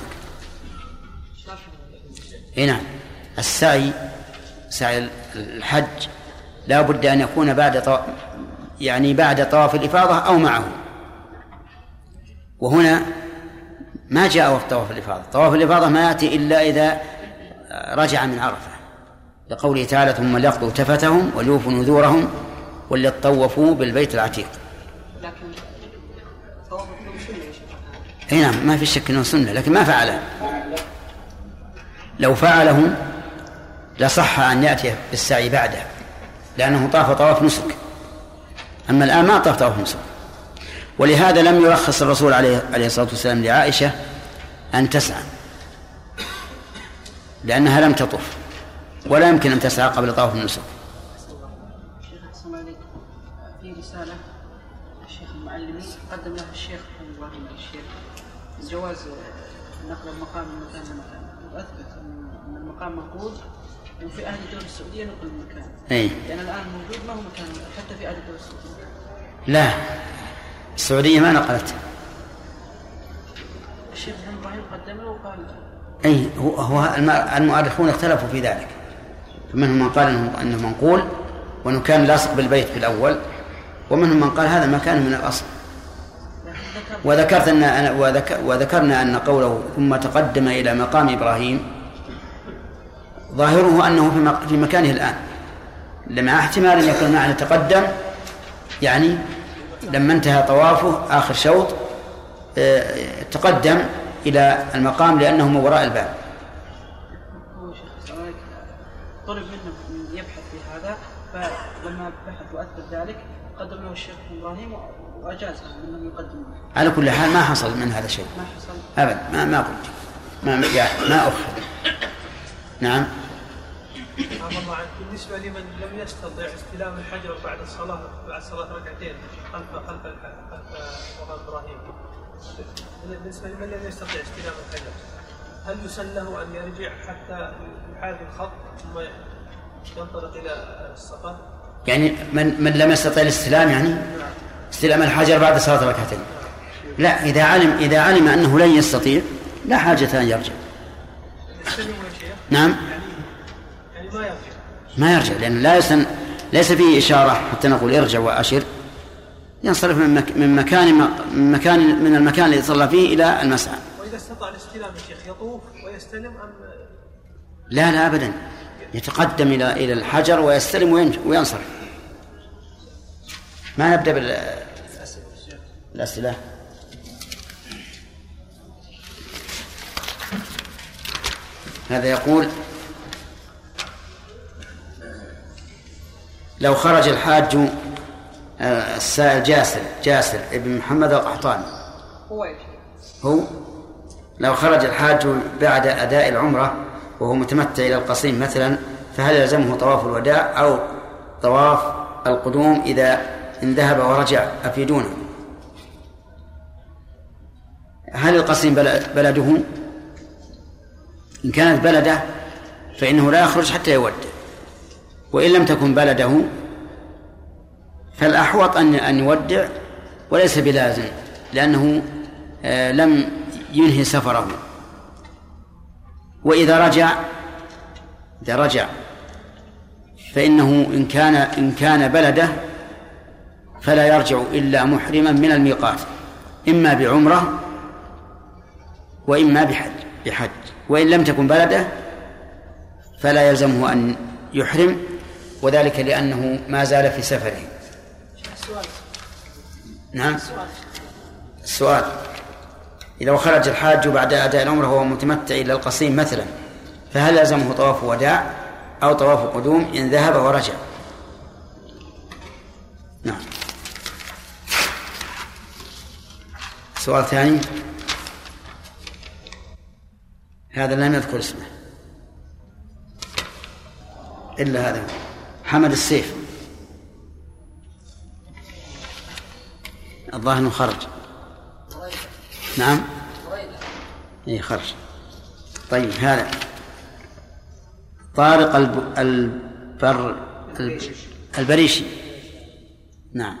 أي نعم، السعي سعي الحج لا بد أن يكون بعد طواف الإفاضة أو معه، وهنا ما جاء وقت طواف الإفاضة. طواف الإفاضة ما يأتي إلا إذا رجع من عرفة، لقوله تعالى ثم ليقضوا تفتهم وليوفوا نذورهم وليطوفوا بالبيت العتيق. لكن طواف سنة يا شيخ. أي نعم، ما في شك أنه سنة، لكن ما فعله. لو فعله لصح أن يأتي بالسعي بعده، لأنه طاف طواف نسك. أما الآن ما طاف طواف نسك، ولهذا لم يرخص الرسول عليه الصلاة والسلام لعائشة أن تسعى، لأنها لم تطف ولا يمكن أن تسعى قبل طواف النسك. شيخ أحسن عليك، في رسالة الشيخ المعلمي قدم لها الشيخ إبراهيم الشيخ جواز نقل المقام من مكان لمكان، وأثبت أن المقام منقول وفي أهل الدولة السعودية نقل المكان. لأن الآن موجود ما هو مكان حتى في أهل الدولة السعودية. لا، السعودية ما نقلت. الشيخ إبراهيم قدمه وقال أي هو المؤرخون اختلفوا في ذلك، فمنهم من قال أنه منقول وأنه كان لاصق بالبيت في الأول، ومنهم من قال هذا مكان من الأصل. وذكرنا أن قوله ثم تقدم إلى مقام إبراهيم ظاهره أنه في مكانه الآن، لما احتمال أن يكون معنى تقدم يعني لما انتهى طوافه آخر شوط تقدم إلى المقام لأنه من وراء الباب. هو شيخ طلب منه يبحث في هذا، فلما بحث وأثبت ذلك قدم له الشيخ إبراهيم وأجازه منه يقدم. على كل حال ما حصل من هذا شيء، ما حصل أبدا، ما قلت ما أخذ. نعم. الله عنك، بالنسبة لمن لم يستطع استلام الحجر بعد الصلاة ركعتين خلف وراء إبراهيم، بالنسبة لمن لم يستطع استلام الحجر هل يسن له أن يرجع حتى يحاذي الخط ثم ينطلق إلى الصفا؟ يعني من لم يستطع الاستلام يعني استلام الحجر بعد صلاة ركعتين، لا، إذا علم أنه لن يستطيع لا حاجة أن يرجع. نعم، ما يرجع لأن ليس فيه إشارة حتى نقول ارجع وأشر، ينصرف من المكان الذي صلى فيه إلى المسعى. وإذا استطاع الاستلام الشيخ يطوف ويستلم أم لا أبدا، يتقدم إلى الحجر ويستلم وينصرف. ما نبدأ بالأسئلة. هذا يقول لو خرج الحاج السائل جاسر ابن محمد القحطاني هو لو خرج الحاج بعد أداء العمرة وهو متمتع إلى القصيم مثلا، فهل يلزمه طواف الوداع أو طواف القدوم إذا إن ذهب ورجع؟ أفيدونه. هل القصيم بلده؟ إن كانت بلده فإنه لا يخرج حتى يودع، وإن لم تكن بلده فالأحوط أن يودع وليس بلازم، لأنه لم ينهي سفره. وإذا رجع فإنه إن كان بلده فلا يرجع إلا محرما من الميقات، إما بعمرة وإما بحج. وإن لم تكن بلده فلا يلزمه أن يحرم، وذلك لأنه ما زال في سفره. نعم. السؤال إذا خرج الحاج بعد أداء العمرة وهو متمتع إلى القصيم مثلا، فهل يلزمه طواف وداع أو طواف قدوم إن ذهب ورجع؟ نعم. سؤال ثاني، هذا لم يذكر اسمه إلا هذا، حمد السيف، الظاهر انه خرج. نعم. إيه خرج. طيب هذا طارق البريشي. نعم.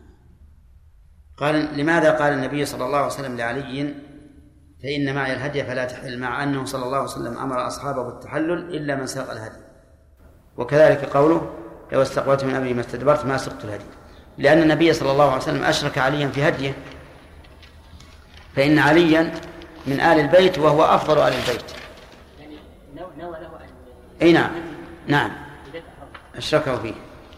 قال لماذا قال النبي صلى الله عليه وسلم لعلي فإن معي الهدي فلا تحل، مع أنه صلى الله عليه وسلم أمر أصحابه بالتحلل إلا من ساق الهدي؟ وكذلك قوله لو استقبلت من أمري ما استدبرت ما سقت الهدي، لأن النبي صلى الله عليه وسلم أشرك عليا في هديه، فإن عليا من آل البيت وهو أفضل آل البيت. يعني نوى له أن أي نعم نعم أشركه فيه.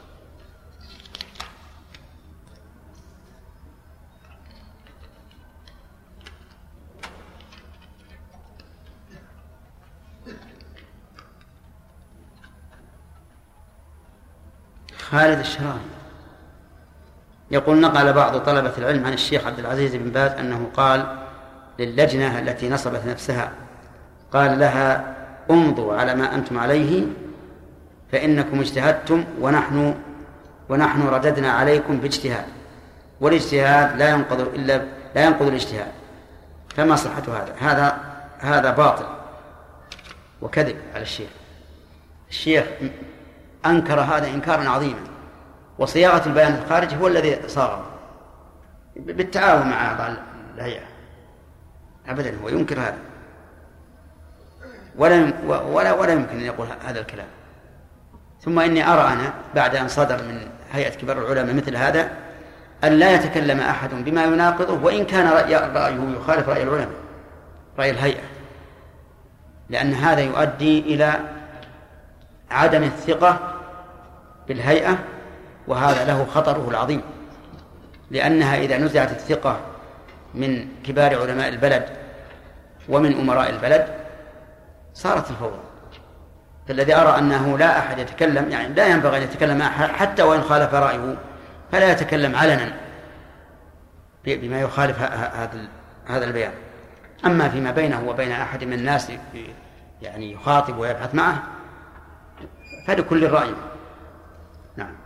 خالد الشراعي يقول نقل بعض طلبة العلم عن الشيخ عبد العزيز بن باز أنه قال للجنة التي نصبت نفسها، قال لها امضوا على ما أنتم عليه فإنكم اجتهدتم ونحن رددنا عليكم باجتهاد، والاجتهاد لا ينقض الاجتهاد، فما صحة هذا باطل وكذب على الشيخ. الشيخ أنكر هذا إنكارا عظيما، وصياغة البيان الخارجي هو الذي صاغه بالتعاون مع أعضاء الهيئة. أبدا هو ينكر هذا ولا يمكن أن يقول هذا الكلام. ثم إني أرى أنا بعد أن صدر من هيئة كبار العلماء مثل هذا أن لا يتكلم أحد بما يناقضه وإن كان رأيه يخالف رأي العلماء، رأي الهيئة، لأن هذا يؤدي إلى عدم الثقة بالهيئة، وهذا له خطره العظيم، لأنها إذا نزعت الثقة من كبار علماء البلد ومن أمراء البلد صارت الفوضى. فالذي أرى أنه لا أحد يتكلم، يعني لا ينبغي أن يتكلم أحد حتى وإن خالف رأيه، فلا يتكلم علنا بما يخالف هذا البيان. أما فيما بينه وبين أحد من الناس يعني يخاطب ويبحث معه فلكل رأي. نعم.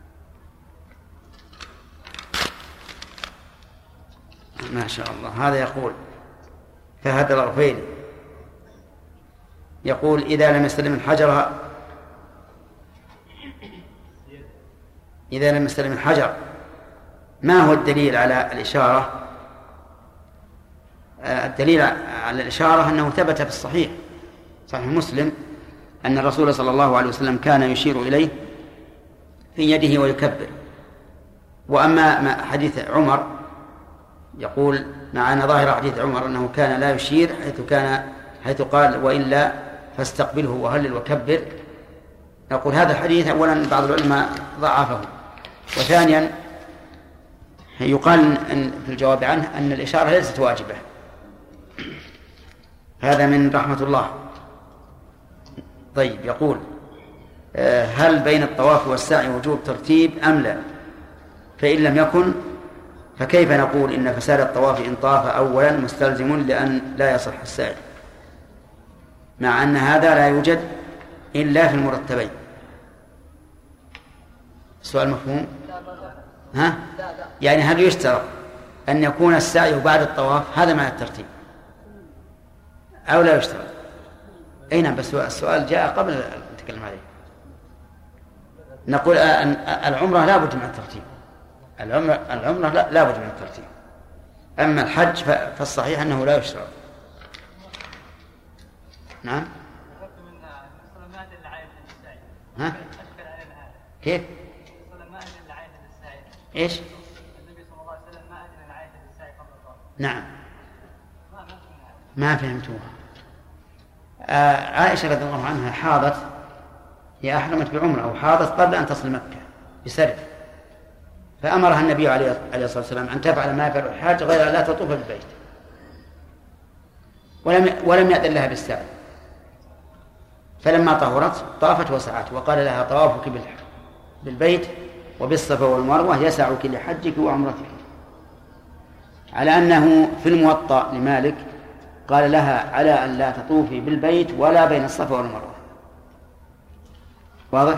ما شاء الله. هذا يقول فهد الغفيري يقول إذا لم يستلم الحجر ما هو الدليل على الإشارة؟ الدليل على الإشارة أنه ثبت في الصحيح صحيح مسلم أن الرسول صلى الله عليه وسلم كان يشير إليه في يده ويكبر. وأما حديث عمر يقول مع أن ظاهر حديث عمر أنه كان لا يشير حيث قال وإلا فاستقبله وهلل وكبر، نقول هذا الحديث أولا بعض العلماء ضعفه، وثانيا يقال في الجواب عنه أن الإشارة ليست واجبة. هذا من رحمة الله. طيب يقول هل بين الطواف والسعي وجوب ترتيب أم لا؟ فإن لم يكن فكيف نقول إن فساد الطواف إن طاف أولا مستلزم لأن لا يصح السعي، مع أن هذا لا يوجد إلا في المرتبين؟ السؤال مفهوم؟ ها؟ يعني هل يشترط أن يكون السعي بعد الطواف؟ هذا مع الترتيب أو لا يشترط؟ أي نعم، بس السؤال جاء قبل أن نتكلم عليه. نقول العمرة لا بد من الترتيب، العمرة لا بد من الترتيب. أما الحج فالصحيح أنه لا يشترط. نعم. ها؟ كيف؟ إيش؟ النبي صلى الله عليه وسلم ما أذن العائشة للسعي قبل الطواف. نعم. ما فهمتوها. عائشة رضي الله عنها حاضت، هي أحرمت بعمرة أو حاضت قبل أن تصل مكة بسرد، فأمرها النبي عليه الصلاة والسلام أن تفعل ما يفعل الحاج غير لا تطوف بالبيت، ولم يأذن لها بالسعي. فلما طهرت طافت وسعت، وقال لها طوافك بالبيت وبالصفا والمروة يسعك لحجك وعمرتك، على أنه في الموطأ لمالك قال لها على أن لا تطوفي بالبيت ولا بين الصفا والمروة. واضح؟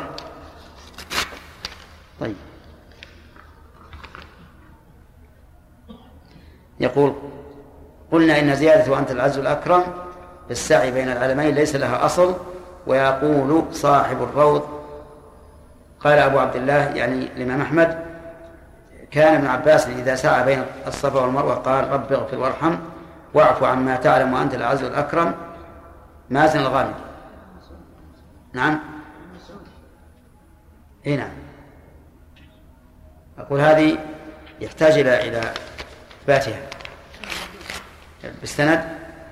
طيب. يقول قلنا إن زيادة وأنت العز الأكرم بالسعي بين العلمين ليس لها أصل. ويقول صاحب الروض قال أبو عبد الله يعني الإمام أحمد كان ابن عباس إذا سعى بين الصفا والمروة قال رب اغفر وارحم واعف عما تعلم وأنت العز الأكرم مازن الغامدي. نعم إيه نعم. أقول هذه يحتاج إلى إثباتها بالسند.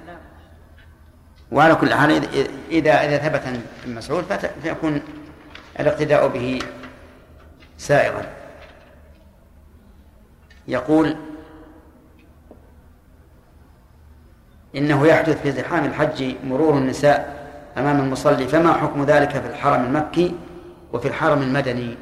وعلى كل حال إذا ثبت عن مسعود فيكون الاقتداء به سائغا. يقول إنه يحدث في زحام الحج مرور النساء أمام المصلي، فما حكم ذلك في الحرم المكي وفي الحرم المدني؟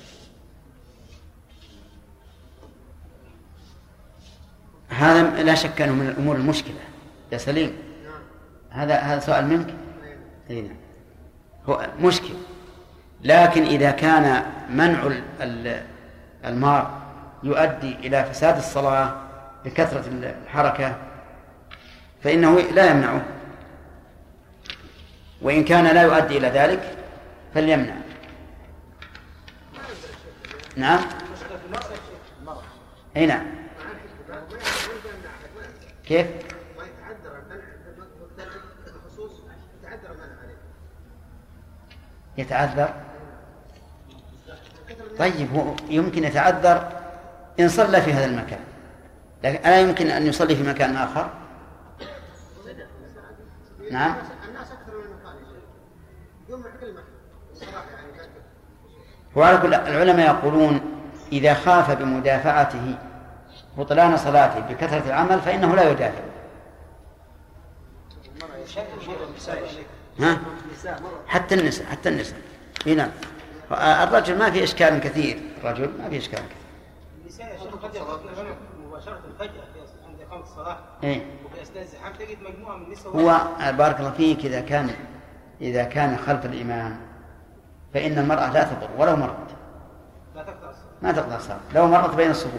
هذا لا شك أنه من الأمور المشكلة يا سليم. هذا سؤال منك. هو مشكل، لكن إذا كان منع المار يؤدي إلى فساد الصلاة بكثرة الحركة فإنه لا يمنعه، وإن كان لا يؤدي إلى ذلك فليمنع. نعم أي نعم. كيف يتعذر؟ طيب هو يمكن يتعذر إن صلى في هذا المكان، لكن ألا يمكن أن يصلي في مكان آخر؟ نعم. وعلى كل العلماء يقولون إذا خاف بمدافعته بطلان صلاته بكثرة العمل فإنه لا يدافع. ها؟ حتى النساء هنا الرجل ما في إشكال كثير. الرجل ما في إشكال كثير. النساء يا شيخ قد يغفلون مباشرة فجأة عند إقامة الصلاة وفي أثناء الزحام تجد مجموعة من النساء. هو بارك الله فيك إذا كان خلف الإمام فإن المرأة لا تضر ولو مرت ما تقطع الصلاة لو مرت بين الصفوف.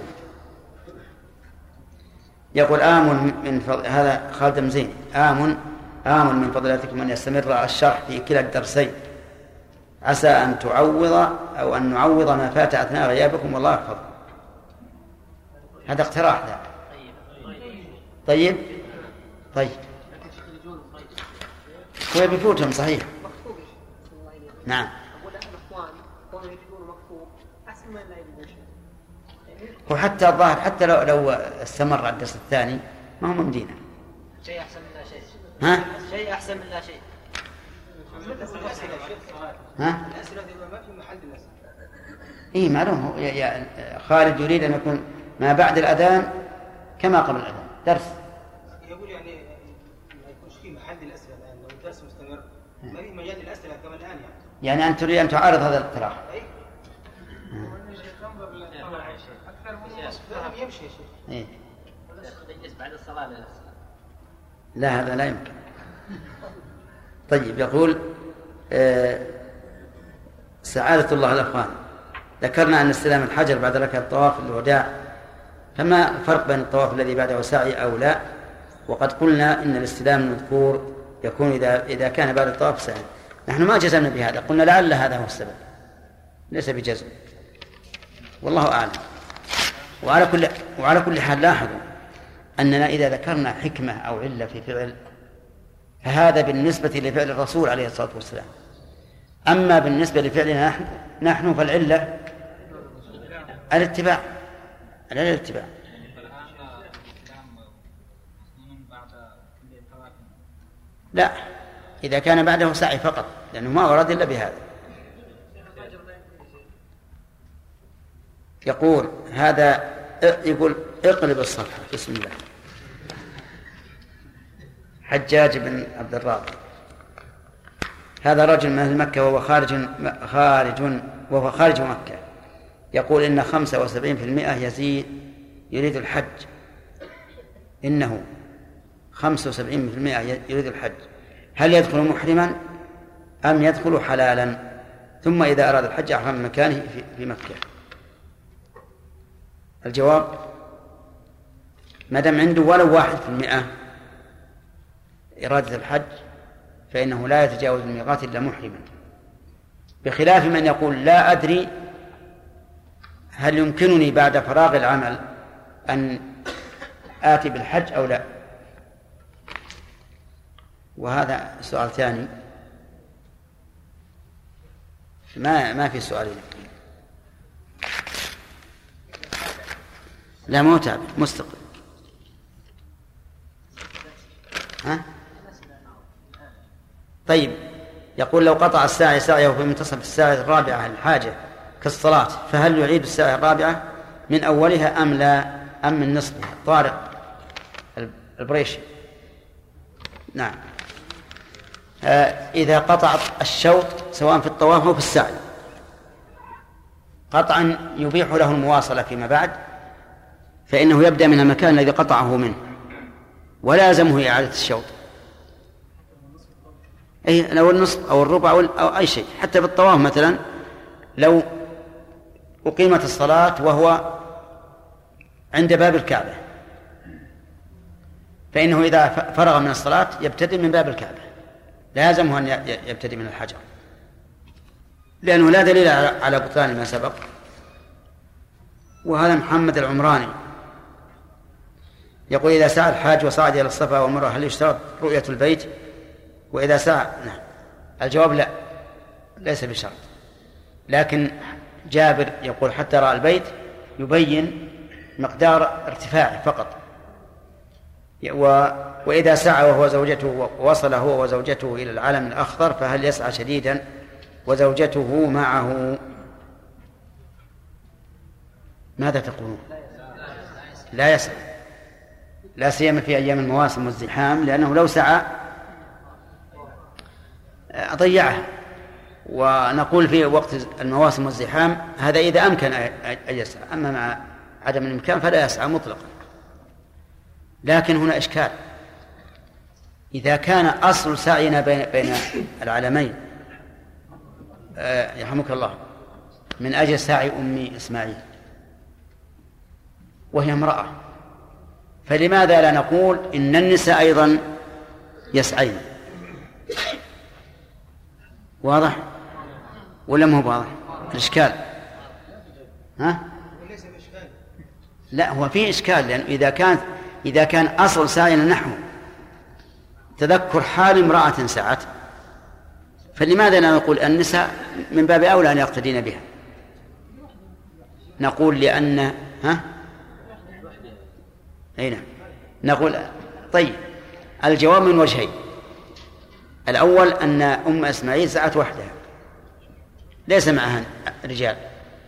يقول هذا خالد مزين آمل من فضلاتكم أن يستمر الشرح في كلا الدرسين عسى أن تعوض أو أن نعوض ما فات أثناء غيابكم والله يحفظ. هذا اقتراح ذا. طيب هو بيفوتهم صحيح. نعم. وحتى الظاهر حتى لو استمر الدرس الثاني ما هو ممدينه. شيء أحسن من لا شيء. ها؟ شيء أحسن من لا شيء. ها؟ الأسئلة ما في محل الأسئلة. إيه معلوم. يا خالد يريد أن يكون ما بعد الأذان كما قبل الأذان درس. يقول يعني ما يكونش في محل الأسئلة الآن لو الدرس مستمر ما في مجال الأسئلة كما الآن يعني أنت تريد أن تعارض هذا الاقتراح. يمشي يا شيخ. إيه. يجلس بعد الصلاة لا هذا لا يمكن. طيب يقول سعادة الله الأخوان ذكرنا أن استلام الحجر بعد ركعة الطواف الوداع فما الفرق بين الطواف الذي بعده سعي أو لا؟ وقد قلنا إن الاستلام المذكور يكون إذا كان بعد الطواف سعي. نحن ما جزمنا بهذا، قلنا لعل هذا هو السبب ليس بجزم والله أعلم. وعلى كل حال لاحظوا أننا إذا ذكرنا حكمة أو علة في فعل فهذا بالنسبة لفعل الرسول عليه الصلاة والسلام. أما بالنسبة لفعلنا نحن فالعلة الاتباع. لا إذا كان بعده سعي فقط لأنه ما ورد إلا بهذا. يقول اقلب الصفحة بسم الله. حجاج بن عبد الرازق هذا رجل من أهل مكة وهو خارج مكة. يقول إن 75% يريد الحج. إنه 75% يريد الحج. هل يدخل محرما أم يدخل حلالا؟ ثم إذا أراد الحج أحرم من مكانه في مكة. الجواب ما دام عنده ولو 1% إرادة الحج فإنه لا يتجاوز الميقات إلا محرما، بخلاف من يقول لا أدري هل يمكنني بعد فراغ العمل أن آتي بالحج أو لا. وهذا سؤال ثاني، ما في سؤالين. لا مو تابع مستقل. ها؟ طيب يقول لو قطع الساعي ساعيه في منتصف الساعة الرابعة الحاجة كالصلاة فهل يعيد الساعة الرابعة من أولها أم لا أم من نصفها؟ طارق البريشي. نعم. إذا قطع الشوط سواء في الطواف أو في السعي قطعا يبيح له المواصلة فيما بعد، فإنه يبدأ من المكان الذي قطعه منه ولا يلزمه إعادة الشوط، أي لو النصف أو الربع أو أي شيء. حتى في الطواف مثلا لو أقيمت الصلاة وهو عند باب الكعبة فإنه إذا فرغ من الصلاة يبتدئ من باب الكعبة، لا يلزمه أن يبتدئ من الحجر، لأنه لا دليل على بطلان ما سبق. وهذا محمد العمراني يقول إذا سعى الحاج وصعد إلى الصفا والمروة هل يشترط رؤية البيت؟ وإذا سعى نعم. الجواب لا، ليس بشرط، لكن جابر يقول حتى رأى البيت يبين مقدار ارتفاعه فقط. وإذا سعى وهو زوجته ووصل هو وزوجته إلى العلم الأخضر فهل يسعى شديدا وزوجته معه؟ ماذا تقولون؟ لا يسعى، لا سيما في أيام المواسم والزحام، لأنه لو سعى أضيعه. ونقول في وقت المواسم والزحام هذا إذا أمكن أن يسعى، أما مع عدم الإمكان فلا يسعى مطلقا. لكن هنا إشكال، إذا كان أصل سعينا بين العلمين يرحمك الله من أجل سعي أمي إسماعيل وهي امرأة، فلماذا لا نقول إن النساء أيضا يسعين؟ واضح ولا مو واضح الإشكال؟ ها؟ لا هو فيه إشكال، لأن إذا كان أصل سعينا نحو تذكر حال امرأة سعت، فلماذا لا نقول النساء من باب أولى أن يقتدين بها؟ نقول لأن نعم نقول طيب الجواب من وجهين. الأول أن أم إسماعيل سعت وحدها ليس معها رجال،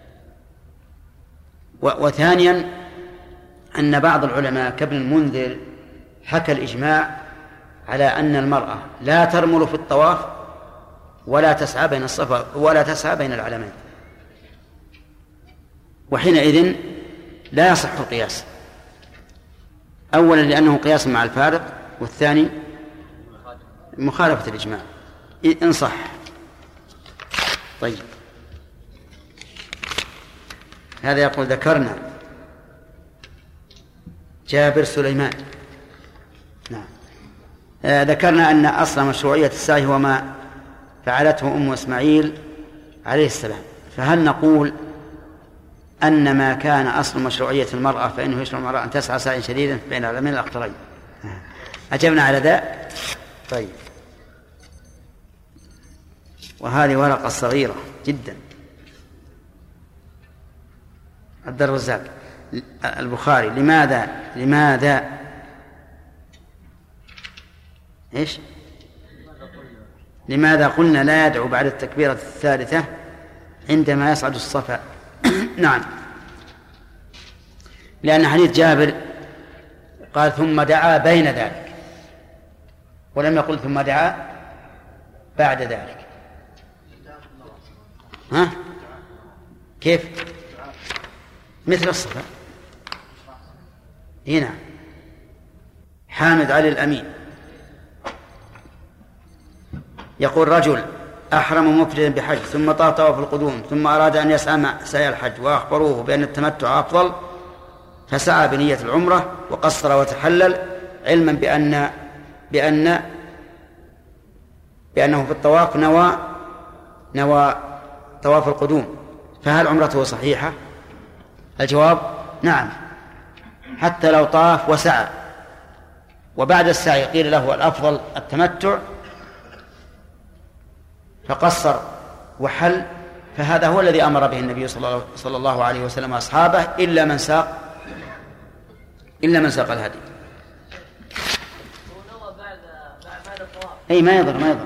وثانيا أن بعض العلماء كابن المنذر حكى الإجماع على أن المرأة لا ترمل في الطواف ولا تسعى بين الصفا ولا تسعى بين العلمين، وحينئذ لا يصح القياس، أولا لأنه قياس مع الفارق، والثاني مخالفة الإجماع إن صح. طيب هذا يقول ذكرنا جابر سليمان نعم ذكرنا أن أصل مشروعية السعي هو ما فعلته أم إسماعيل عليه السلام، فهل نقول أن ما كان أصل مشروعية المرأة فإنه يشرع المرأة أن تسعى سعيا شديدا بين العلمين الأخطرين؟ أجبنا على ذا. طيب وهذه ورقة صغيرة جدا. عبد الرزاق البخاري لماذا إيش؟ لماذا قلنا لا يدعو بعد التكبيرة الثالثة عندما يصعد الصفا؟ نعم، لأن حديث جابر قال ثم دعا بين ذلك، ولم يقل ثم دعا بعد ذلك. ها؟ كيف؟ مثل الصفا هنا حامد علي الأمين يقول رجل أحرم مفردا بحج ثم طاف طواف القدوم ثم أراد أن يسعى مع سعي الحج وأخبروه بأن التمتع أفضل فسعى بنية العمرة وقصر وتحلل علما بأنه في الطواف نوى طواف القدوم، فهل عمرته صحيحة؟ الجواب نعم، حتى لو طاف وسعى وبعد السعي قيل له الأفضل التمتع فقصر وحل، فهذا هو الذي أمر به النبي صلى الله عليه وسلم وأصحابه إلا من ساق الهدي. ما يضر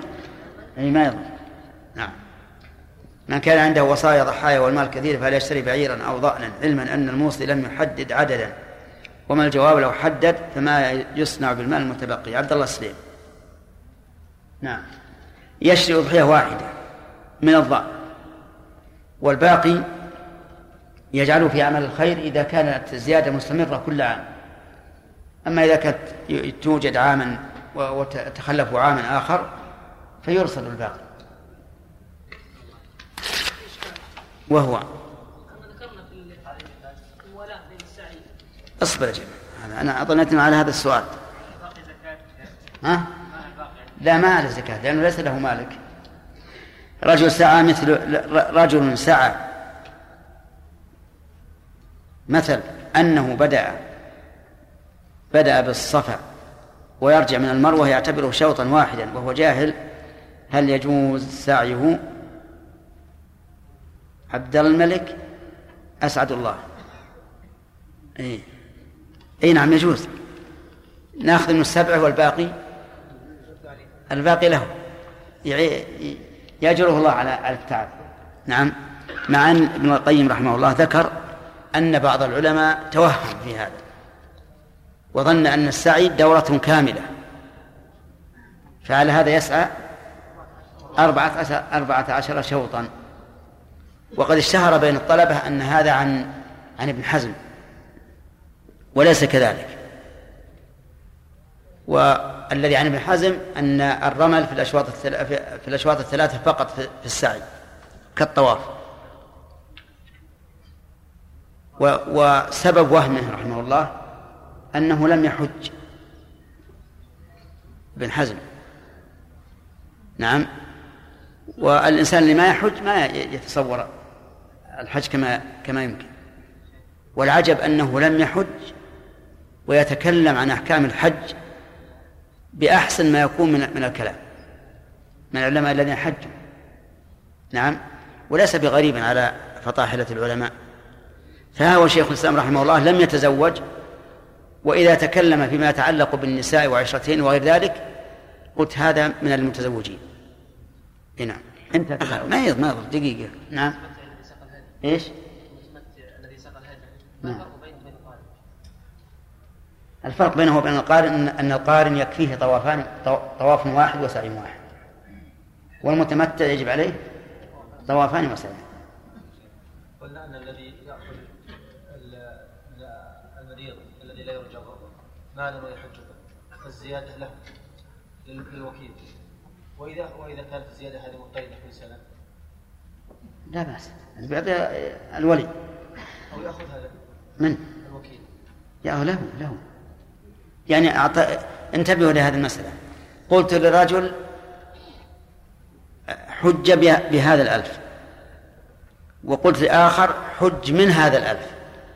نعم. من كان عنده وصايا ضحايا والمال كثير فليشتري بعيرا أو ضأنا، علما أن الموصي لم يحدد عددا، وما الجواب لو حدد فما يصنع بالمال المتبقي؟ عبد الله السليم. نعم، يشتري أضحية واحدة من الضأن والباقي يجعله في عمل الخير إذا كانت الزيادة مستمرة كل عام. أما إذا كانت توجد عاما وتخلف عاما آخر فيرسل الباقي. وهو اصبر يا جماعة، أنا أظنتنا على هذا السؤال. ها؟ لا، ما على الزكاة لأنه ليس له مالك. رجل سعى مثل أنه بدأ بالصفا ويرجع من المروة يعتبره شوطا واحدا وهو جاهل، هل يجوز سعيه؟ عبد الملك أسعد الله. أي نعم يجوز، نأخذ من 7 والباقي له، يأجره الله على التعب. نعم، مع أن ابن القيم رحمه الله ذكر أن بعض العلماء توهم في هذا وظن أن السعي دورة كاملة، فعلى هذا يسعى 14 شوطا. وقد اشتهر بين الطلبة أن هذا عن ابن حزم، وليس كذلك. والذي عن ابن حزم أن الرمل في الأشواط الثلاثة فقط في السعي كالطواف. وسبب وهمه رحمه الله أنه لم يحج ابن حزم. نعم، والإنسان اللي ما يحج ما يتصور الحج كما يمكن. والعجب أنه لم يحج ويتكلم عن أحكام الحج بأحسن ما يكون من الكلام من العلماء الذين حجوا. نعم، وليس بغريب على فطاحلة العلماء. فهو شيخ الإسلام رحمه الله لم يتزوج، وإذا تكلم فيما يتعلق بالنساء وعشرتين وغير ذلك قلت هذا من المتزوجين. نعم، انت ما يضر دقيقة. نعم، ايش؟ نعم. الفرق بينه وبين القارن أن القارن يكفيه طواف واحد وسعي واحد، والمتمتع يجب عليه طوافان وسعي. قلنا أن الذي يأخذ المريض الذي لا يرجى ضرره مالا ويحج به فالزيادة له للوكيل، وإذا كانت الزيادة هذه مقيدة كل سنة لا بأس، الولي أو يأخذ هذا من الوكيل له. يعني انتبهوا لهذه المسألة. قلت للرجل حج بهذا 1000، وقلت لآخر حج من هذا 1000،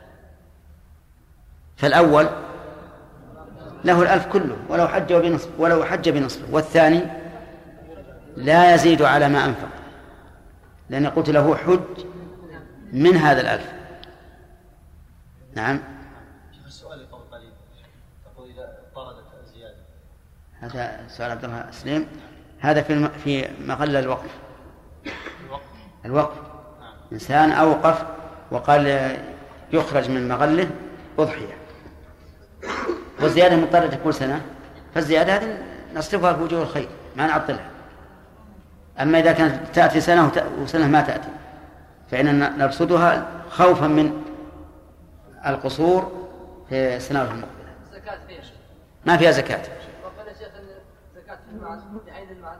فالأول له 1000 كله ولو حج بنصف، والثاني لا يزيد على ما أنفق، لأن قلت له حج من هذا 1000. نعم. السؤال قبل قليل تقول إذا طردت الزيادة، هذا سؤال عبد الله سليم، هذا في مغل الوقف. إنسان أوقف وقال يخرج من مغله أضحية، والزيادة مضطرة كل سنة، فالزيادة هذه نصرفها في وجوه الخير ما نعطلها. أما إذا كانت تأتي سنة وسنة ما تأتي فإننا نرصدها خوفا من القصور في السنة المقبلة. ما فيها زكاة. ربنا شيخ الزكاة في المال بعين المال.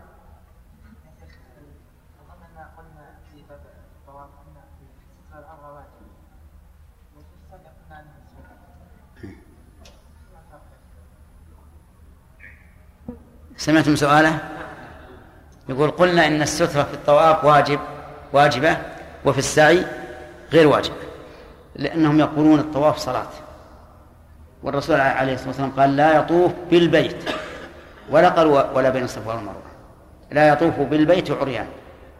قلنا في طواف أن استقرار العمر واجب، والزكاة قلنا أنها سمعتم سؤاله؟ يقول قلنا إن السترة في الطواف واجبة وفي السعي غير واجبة، لأنهم يقولون الطواف صلاة، والرسول عليه الصلاة والسلام قال لا يطوف بالبيت، ولا قال ولا بين الصفا والمروة، لا يطوف بالبيت عريان.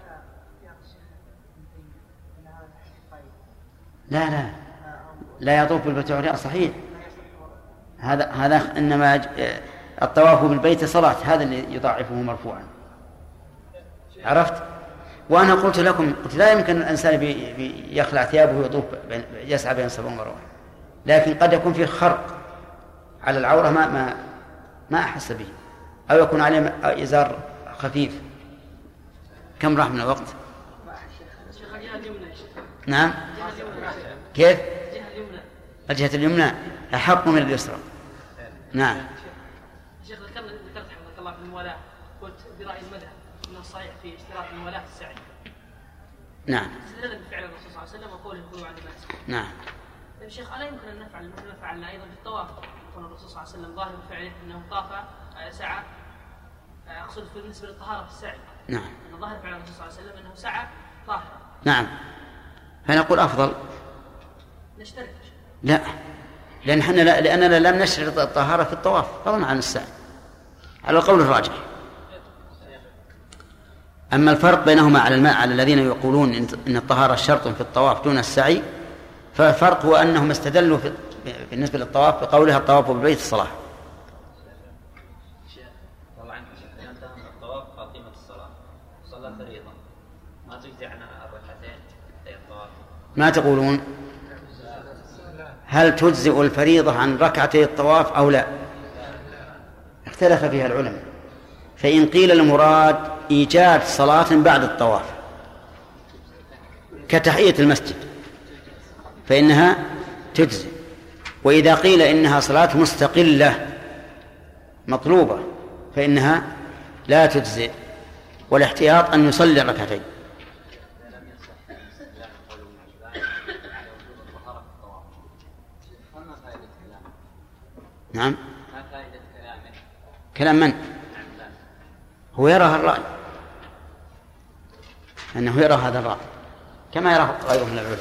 لا يطوف بالبيت عريان صحيح، هذا إنما الطواف بالبيت صلاة، هذا اللي يضاعفه مرفوعا. عرفت؟ وأنا قلت لكم لا يمكن الإنسان يخلع ثيابه ويطوف يسعى بين الصفا والمروة، لكن قد يكون فيه خرق على العورة ما أحس به، أو يكون عليه إزار خفيف. كم راح من الوقت؟ نعم. كيف؟ الجهة اليمنى أحق من اليسرى. نعم. شيخ ذكرت حفظك الله في الموالاة، قلت برأي المذهب أنه صحيح في اشتراط الموالاة في السعي. نعم. استدل بفعل الرسول صلى الله عليه وسلم وقوله يقول عن الناس. نعم. طيب شيخ ألا يمكن أن نفعل مثل ما فعلنا أيضا في الطواف؟ يكون الرسول صلى الله عليه وسلم ظاهر بفعله أنه طاف سعى، أقصد بالنسبة للطهارة في السعي. نعم. أن ظاهر فعل الرسول صلى الله عليه وسلم أنه سعى طاهر. نعم. فنقول أفضل. نشترك. لا، لأننا لم نشترط الطهارة في الطواف فضلا عن السعي على القول الراجح. أما الفرق بينهما على الذين يقولون إن الطهارة شرط في الطواف دون السعي، فالفرق هو أنهم استدلوا بالنسبة للطواف بقولها الطواف بالبيت الصلاة. والله عنك الطواف فاطمة الصلاة صلاة فريضة ما تجزي عن الركعتين زي الطواف. ما تقولون؟ هل تجزئ الفريضة عن ركعتي الطواف أو لا؟ اختلف فيها العلماء. فإن قيل المراد إيجاد صلاة بعد الطواف كتحية المسجد فإنها تجزئ، وإذا قيل إنها صلاة مستقلة مطلوبة فإنها لا تجزئ، والاحتياط أن يصلي ركعتين. نعم. ما فائدة كلامه؟ كلام من؟ هو يرى الرأي، أنه يرى هذا الرأي كما يراه غيره من العلماء.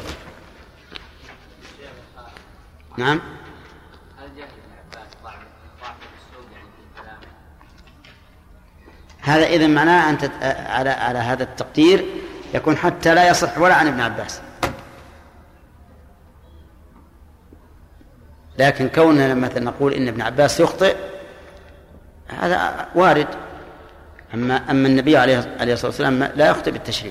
نعم. هل جاء ابن عباس ضعف السوق يعني في كلامه؟ هذا إذن معناه أنت على هذا التقدير يكون حتى لا يصح ولا عن ابن عباس، لكن كوننا مثلا نقول إن ابن عباس يخطئ هذا وارد. أما النبي عليه الصلاة والسلام لا يخطئ بالتشريع.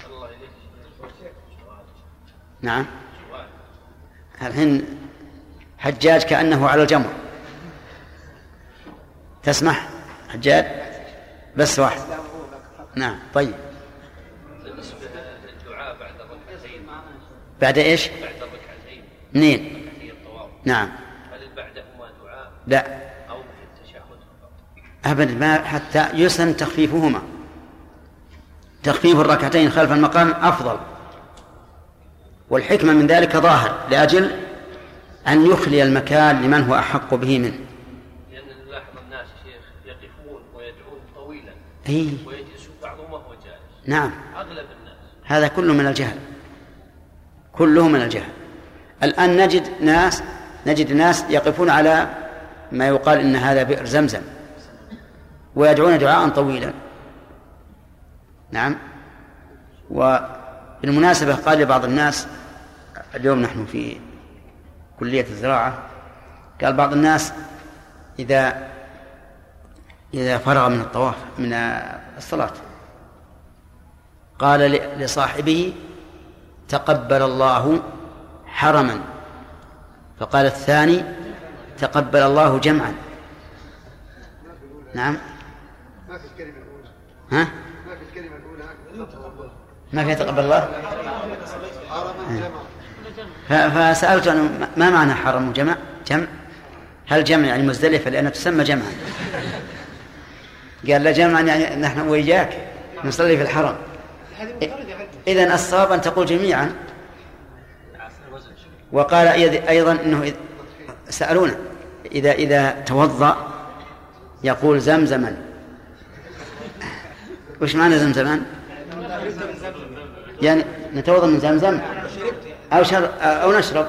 نعم. الحين حجاج كأنه على الجمر، تسمح حجاج؟ بس واحد. نعم. طيب. بالنسبة للدعاء بعد الركعتين. بعد إيش؟ بعد الركعتين. منين؟ نعم. هل بعدهما دعاء؟ لا. أو في التشهد؟ أبدا، ما حتى يسن تخفيفهما. تخفيف الركعتين خلف المقام أفضل، والحكمة من ذلك ظاهر لأجل أن يخلي المكان لمن هو أحق به منه. لأن نلاحظ الناس شيخ يقفون ويدعون طويلا ويجلس بعضهم وهو جالس. نعم. أغلب الناس. هذا كله من الجهل، كله من الجهل. الآن نجد ناس يقفون على ما يقال إن هذا بئر زمزم ويدعون دعاء طويلا. نعم. وبالمناسبة قال لبعض الناس اليوم نحن في كلية الزراعة، قال بعض الناس إذا فرغ من الطواف من الصلاة قال لصاحبه تقبل الله حرما، فقال الثاني تقبل الله جمعا. نعم. ما في الكلمة الأولى. ها؟ ما في الكلمة الأولى. ما في تقبل الله. حرما جمع. فسألت أنا ما معنى حرم جمع؟ هل جمع يعني مزدلفة لأنها تسمى جمعا؟ قال لا، جمعا يعني نحن وإياك نصلي في الحرم. إذن الصواب أن تقول جميعا. وقال أيضا إنه سألونا إذا توضأ يقول زمزما، وش معنى زمزما؟ يعني نتوضأ من زمزم أو نشرب.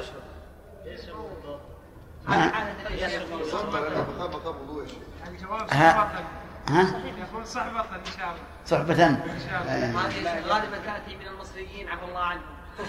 يقول صحبة إن شاء الله. صحبة غالبا تأتي من المصريين عفى الله عنهم.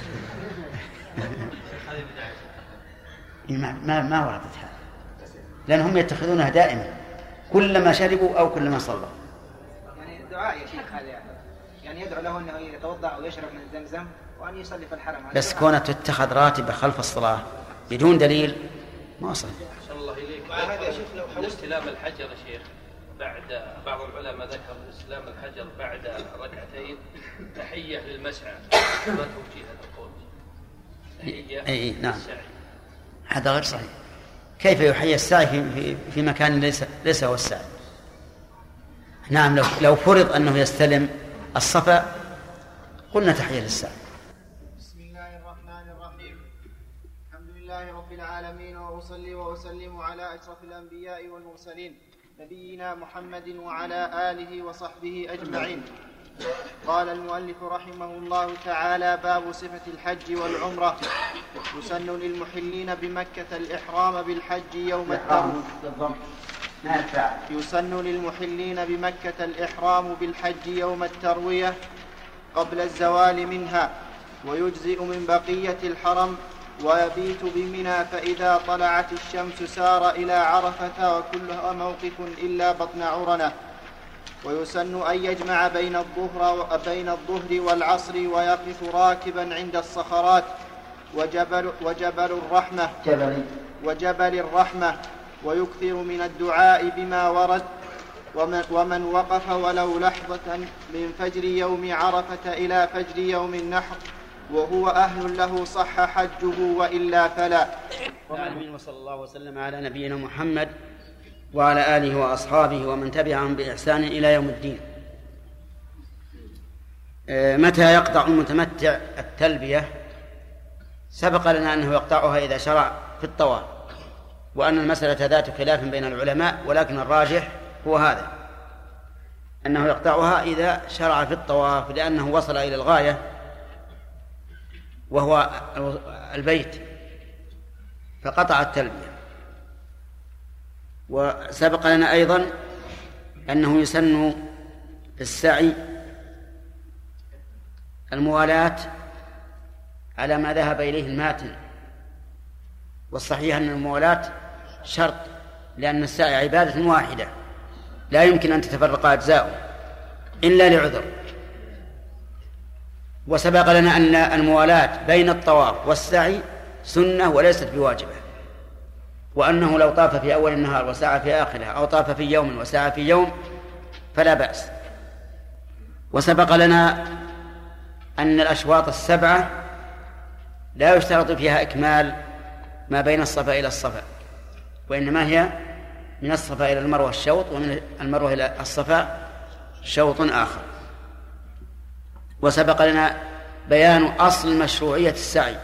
ما وردت هذا، لأنهم يتخذونها دائما كلما شربوا أو كلما صلوا. يعني دعاء يا شيخ هذا يعني يدعو له أنه يتوضأ أو يشرب من زمزم وأن يصلي في الحرم. بس كونها تتخذ راتبة خلف الصلاة بدون دليل ما وصل. الله إليك. هذا استلام الحجر يا شيخ بعض العلماء ذكر استلام الحجر بعد ركعتين تحية للمسعى، ما توجيه هذا القول. أي نعم، هذا غير صحيح. كيف يحيي السعي في مكان ليس هو السعي؟ نعم، لو فرض أنه يستلم الصفا قلنا تحية للسعي. بسم الله الرحمن الرحيم. الحمد لله رب العالمين، وأصلي وأسلم على أشرف الأنبياء والمرسلين نبينا محمد وعلى آله وصحبه أجمعين. قال المؤلف رحمه الله تعالى: باب صفة الحج والعمرة. يسن للمحلين بمكة الإحرام بالحج يوم التروية. يسن للمحلين بمكة الإحرام بالحج يوم التروية قبل الزوال منها، ويجزئ من بقية الحرم، ويبيت بمنى، فإذا طلعت الشمس سار إلى عرفة، وكلها موقف إلا بطن عرنة. ويسن أن يجمع بين الظهر والعصر، ويقف راكبا عند الصخرات وجبل الرحمة، ويكثر من الدعاء بما ورد. ومن وقف ولو لحظة من فجر يوم عرفة إلى فجر يوم النحر وهو أهل له صح حجه، وإلا فلا. وصلى الله وسلم على نبينا محمد وعلى آله وأصحابه ومن تبعهم بإحسان إلى يوم الدين. متى يقطع المتمتع التلبية؟ سبق لنا أنه يقطعها إذا شرع في الطواف، وأن المسألة ذات خلاف بين العلماء، ولكن الراجح هو هذا، أنه يقطعها إذا شرع في الطواف، لأنه وصل إلى الغاية وهو البيت فقطع التلبية. وسبق لنا أيضا أنه يسن في السعي الموالاة على ما ذهب إليه الماتن، والصحيح أن الموالاة شرط، لأن السعي عبادة واحدة لا يمكن أن تتفرق أجزاؤه إلا لعذر. وسبق لنا أن الموالاة بين الطواف والسعي سنة وليست بواجبة، وأنه لو طاف في أول النهار وسعى في آخرها، أو طاف في يوم وسعى في يوم فلا بأس. وسبق لنا أن الأشواط السبعة لا يشترط فيها إكمال ما بين الصفا إلى الصفا، وإنما هي من الصفا إلى المروة الشوط، ومن المروة إلى الصفا شوط آخر. وسبق لنا بيان أصل مشروعية السعي،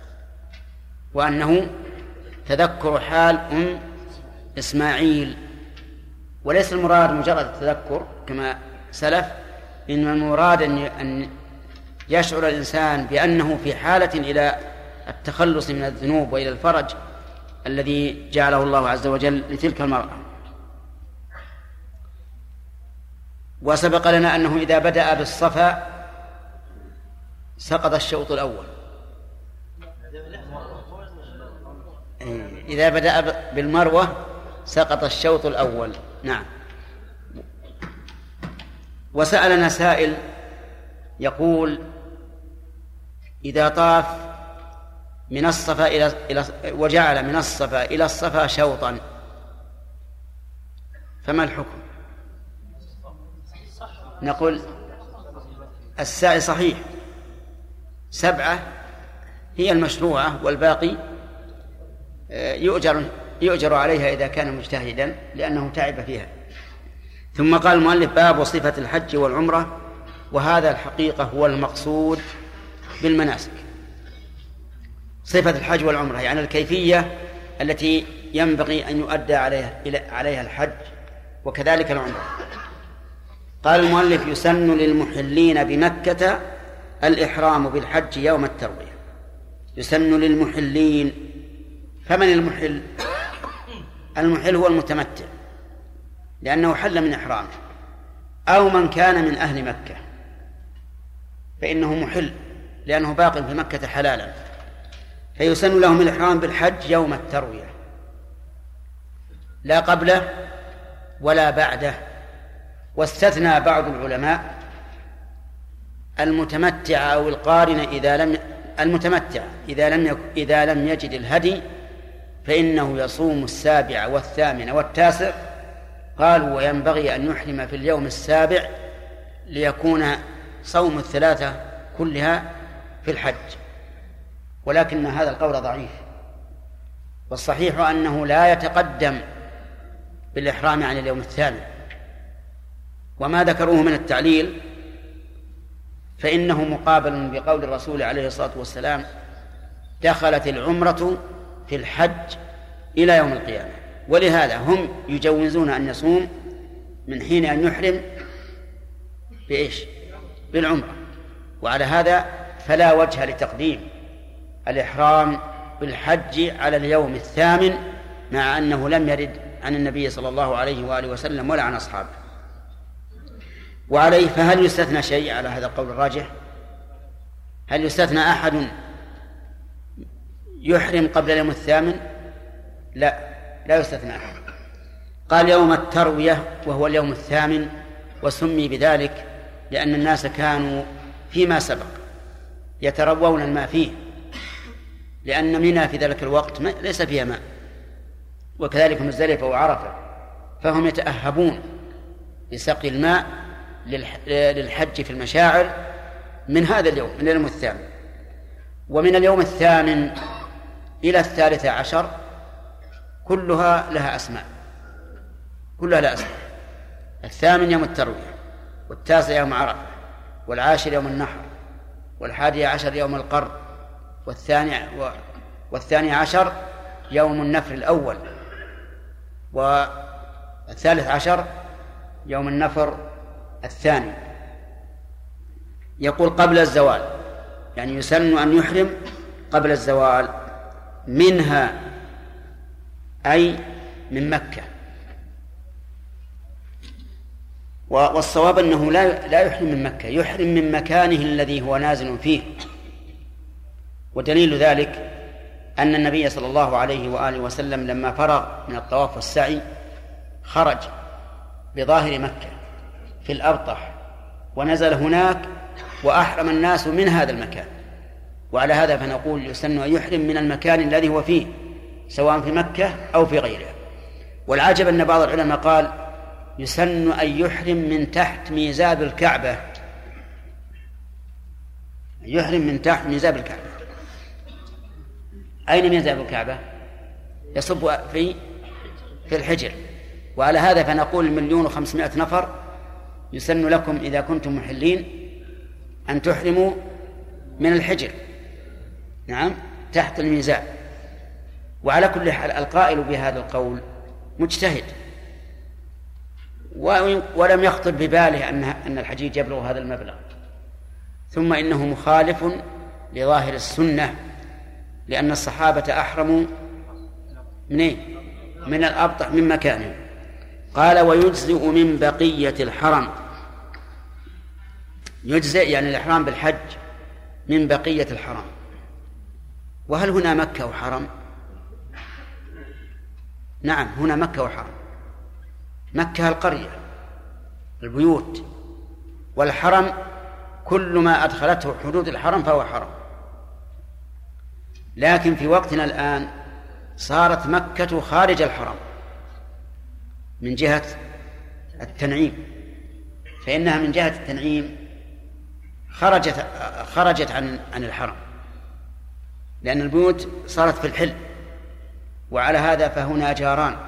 وأنه تذكر حال إسماعيل، وليس المراد مجرد التذكر كما سلف، إنما المراد أن يشعر الإنسان بأنه في حالة إلى التخلص من الذنوب وإلى الفرج الذي جعله الله عز وجل لتلك المرأة. وسبق لنا أنه إذا بدأ بالصفا سقط الشوط الأول، إذا بدأ بالمروة سقط الشوط الأول. نعم. وسألنا سائل يقول: إذا طاف من الصفا إلى وجعل من الصفا إلى الصفا شوطا فما الحكم؟ نقول السعي صحيح، 7 هي المشروعة، والباقي يؤجر عليها إذا كان مجتهدا لأنه تعب فيها. ثم قال المؤلف: باب صفة الحج والعمرة. وهذا الحقيقة هو المقصود بالمناسك. صفة الحج والعمرة يعني الكيفية التي ينبغي أن يؤدى عليها الحج وكذلك العمرة. قال المؤلف: يسن للمحلين بمكة الإحرام بالحج يوم التروية. يسن للمحلين. فمن المحل؟ المحل هو المتمتع لأنه حل من إحرامه، أو من كان من أهل مكة فإنه محل لأنه باق في مكة حلالا، فيسن لهم الإحرام بالحج يوم التروية، لا قبله ولا بعده. واستثنى بعض العلماء المتمتع أو القارن إذا لم يجد الهدي فإنه يصوم 7 و8 و9. قالوا: وينبغي أن يحرم في اليوم 7 ليكون صوم 3 كلها في الحج. ولكن هذا القول ضعيف، والصحيح أنه لا يتقدم بالإحرام عن اليوم 8. وما ذكروه من التعليل فإنه مقابل بقول الرسول عليه الصلاة والسلام: دخلت العمرة في الحج إلى يوم القيامة. ولهذا هم يجوزون أن يصوم من حين أن يحرم بإيش؟ بالعمرة. وعلى هذا فلا وجه لتقديم الإحرام بالحج على اليوم 8 مع أنه لم يرد عن النبي صلى الله عليه وآله وسلم ولا عن أصحابه. وعليه فهل يستثنى شيء على هذا القول الراجح؟ هل يستثنى أحد يحرم قبل اليوم 8؟ لا يستثنى أحد. قال: يوم التروية وهو اليوم 8، وسمي بذلك لأن الناس كانوا فيما سبق يتروون الماء فيه، لأن منى في ذلك الوقت ليس فيها ماء، وكذلك مزدلفة وعرفة، فهم يتأهبون لسقي الماء للحج في المشاعر من هذا اليوم، من اليوم 8. ومن اليوم 8 إلى 13 كلها لها أسماء. 8 يوم التروية، 9 يوم عرفة، 10 يوم النحر، 11 يوم القر، 12 يوم النفر الأول، 13 يوم النفر الثاني. يقول: قبل الزوال، يعني يسن أن يحرم قبل الزوال، منها أي من مكة. والصواب أنه لا يحرم من مكة، يحرم من مكانه الذي هو نازل فيه. ودليل ذلك أن النبي صلى الله عليه وآله وسلم لما فرغ من الطواف والسعي خرج بظاهر مكة في الأبطح ونزل هناك وأحرم الناس من هذا المكان. وعلى هذا فنقول يسن أن يحرم من المكان الذي هو فيه سواء في مكة أو في غيرها. والعجب أن بعض العلماء قال يسن أن يحرم من تحت ميزاب الكعبة. يحرم من تحت ميزاب الكعبة. أين ميزاب الكعبة؟ يصب في الحجر. وعلى هذا فنقول 1,500,000 نفر يسن لكم إذا كنتم محلين أن تحرموا من الحجر، نعم، تحت الميزاب. وعلى كل حال القائل بهذا القول مجتهد، ولم يخطر بباله أن الحجيج يبلغ هذا المبلغ. ثم إنه مخالف لظاهر السنة، لأن الصحابة أحرموا من الأبطح من مكانه. قال: ويجزئ من بقية الحرم. يجزئ يعني الإحرام بالحج من بقية الحرم. وهل هنا مكة وحرم؟ نعم، هنا مكة وحرم. مكة القرية البيوت، والحرم كل ما أدخلته حدود الحرم فهو حرم. لكن في وقتنا الآن صارت مكة خارج الحرم من جهة التنعيم، فإنها من جهة التنعيم خرجت عن الحرم، لأن البيوت صارت في الحل. وعلى هذا فهنا جاران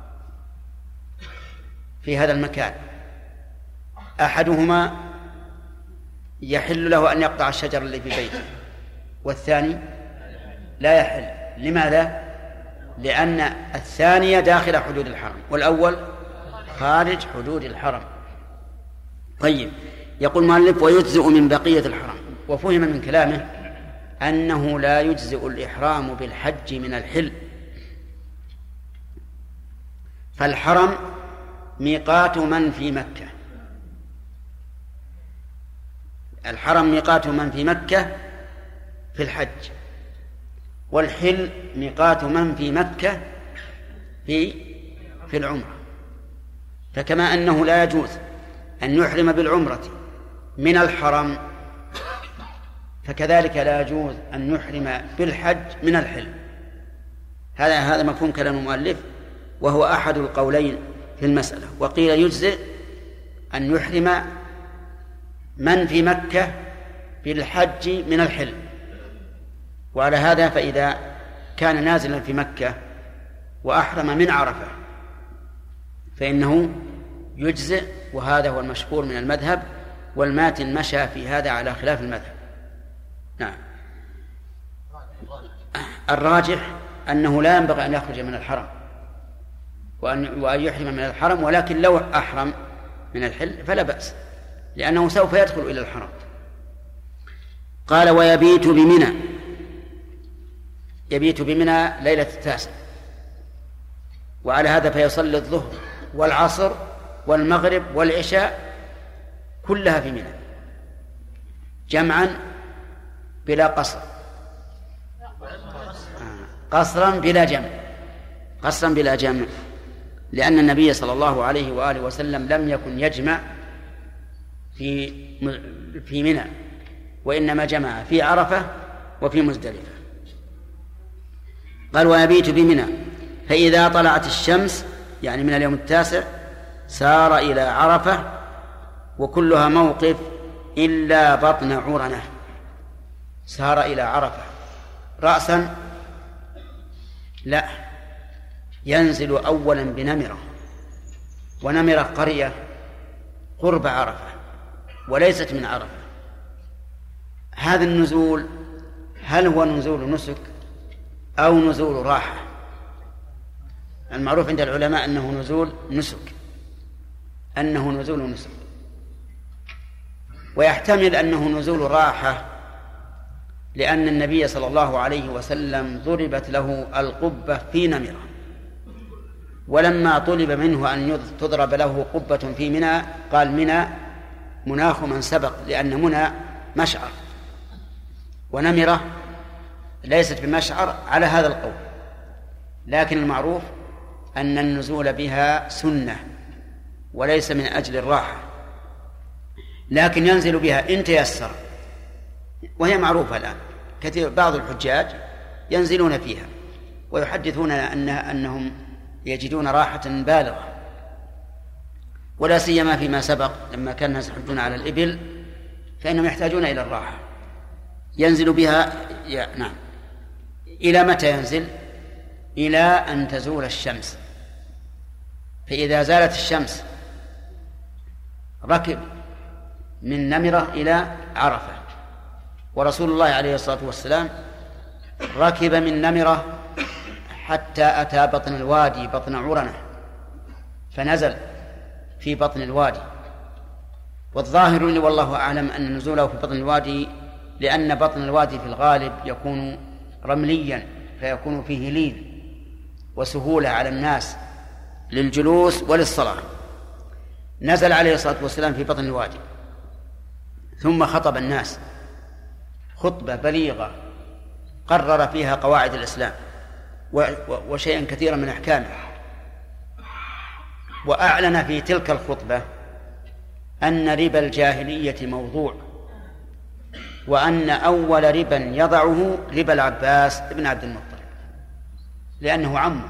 في هذا المكان، أحدهما يحل له أن يقطع الشجر اللي في بيته، والثاني لا يحل. لماذا؟ لأن الثانية داخل حدود الحرم والأول خارج حدود الحرم. طيب، يقول المؤلف ويجزئ من بقية الحرم. وفهم من كلامه أنه لا يجزئ الإحرام بالحج من الحل، فالحرم ميقات من في مكة، الحرم ميقات من في مكة في الحج، والحل ميقات من في مكة في العمرة. فكما أنه لا يجوز أن يحرم بالعمرة من الحرم، فكذلك لا يجوز أن يحرم بالحج من الحل. هذا مفهوم كلام المؤلف، وهو أحد القولين في المسألة. وقيل يجزئ أن يحرم من في مكة بالحج من الحل. وعلى هذا فإذا كان نازلا في مكة وأحرم من عرفة فإنه يجزئ، وهذا هو المشهور من المذهب، والماتن مشى في هذا على خلاف المذهب. نعم. الراجح أنه لا ينبغي أن يخرج من الحرم وأن يحرم من الحرم، ولكن لو أحرم من الحل فلا بأس، لأنه سوف يدخل إلى الحرم. قال ويبيت بمنى، يبيت بمنى ليلة 9، وعلى هذا فيصلي الظهر والعصر والمغرب والعشاء كلها في منى جمعا بلا قصر، قصرا بلا جمع، قصرا بلا جمع، لأن النبي صلى الله عليه وآله وسلم لم يكن يجمع في منى، وإنما جمع في عرفة وفي مزدلفة. قال ويبيت بمنى، فإذا طلعت الشمس يعني من اليوم 9 سار إلى عرفة، وكلها موقف إلا بطن عرنة. سار إلى عرفة رأسا؟ لا، ينزل أولا بنمرة، ونمرة قرية قرب عرفة وليست من عرفة. هذا النزول هل هو نزول نسك أو نزول راحة؟ المعروف عند العلماء أنه نزول نسك، أنه نزول نسك، ويحتمل أنه نزول راحة، لأن النبي صلى الله عليه وسلم ضربت له القبة في نمرة، ولما طلب منه أن تضرب له قبة في منى قال منى مناخ من سبق، لأن منى مشعر ونمرة ليست بمشعر على هذا القول. لكن المعروف أن النزول بها سنة وليس من أجل الراحة، لكن ينزل بها إن تيسر، وهي معروفة الآن. كثير بعض الحجاج ينزلون فيها ويحدثون أنهم يجدون راحة بالغة، ولا سيما فيما سبق لما كان الناس يحجون على الإبل فإنهم يحتاجون إلى الراحة. ينزل بها نعم. إلى متى ينزل؟ إلى أن تزول الشمس، فإذا زالت الشمس ركب من نمرة إلى عرفة. ورسول الله عليه الصلاة والسلام ركب من نمرة حتى أتى بطن الوادي، بطن عرنة، فنزل في بطن الوادي. والظاهر لي والله أعلم أن نزوله في بطن الوادي لأن بطن الوادي في الغالب يكون رمليا، فيكون فيه لين وسهولة على الناس للجلوس وللصلاة. نزل عليه الصلاة والسلام في بطن الوادي، ثم خطب الناس خطبة بليغة قرر فيها قواعد الإسلام وشيئا كثيرا من أحكامه، وأعلن في تلك الخطبة أن ربا الجاهلية موضوع، وأن أول ربا يضعه ربا العباس بن عبد المطلب لأنه عمه.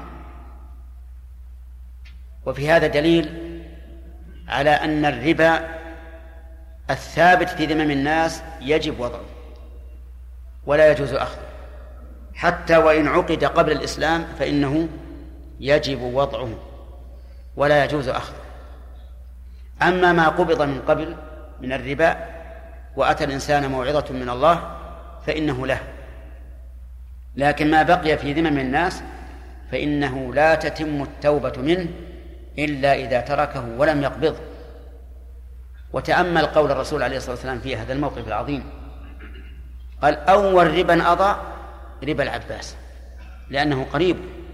وفي هذا دليل على أن الربا الثابت في ذمم الناس يجب وضعه ولا يجوز أخذه، حتى وإن عقد قبل الإسلام فإنه يجب وضعه ولا يجوز أخذه. أما ما قبض من قبل من الربا وأتى الإنسان موعظة من الله فإنه له، لكن ما بقي في ذمم الناس فإنه لا تتم التوبة منه إلا إذا تركه ولم يقبضه. وتأمل قول الرسول عليه الصلاة والسلام في هذا الموقف العظيم، قال: أول ربا أضع ربا العباس، لأنه قريب،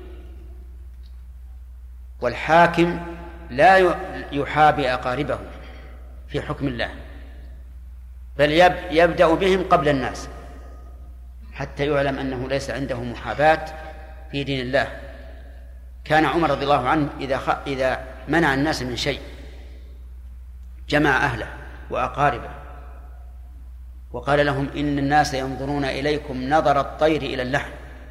والحاكم لا يحابي أقاربه في حكم الله، بل يبدأ بهم قبل الناس حتى يعلم أنه ليس عنده محاباة في دين الله. كان عمر رضي الله عنه إذا منع الناس من شيء جمع أهله وأقاربه وقال لهم: إن الناس ينظرون إليكم نظر الطير إلى اللحم،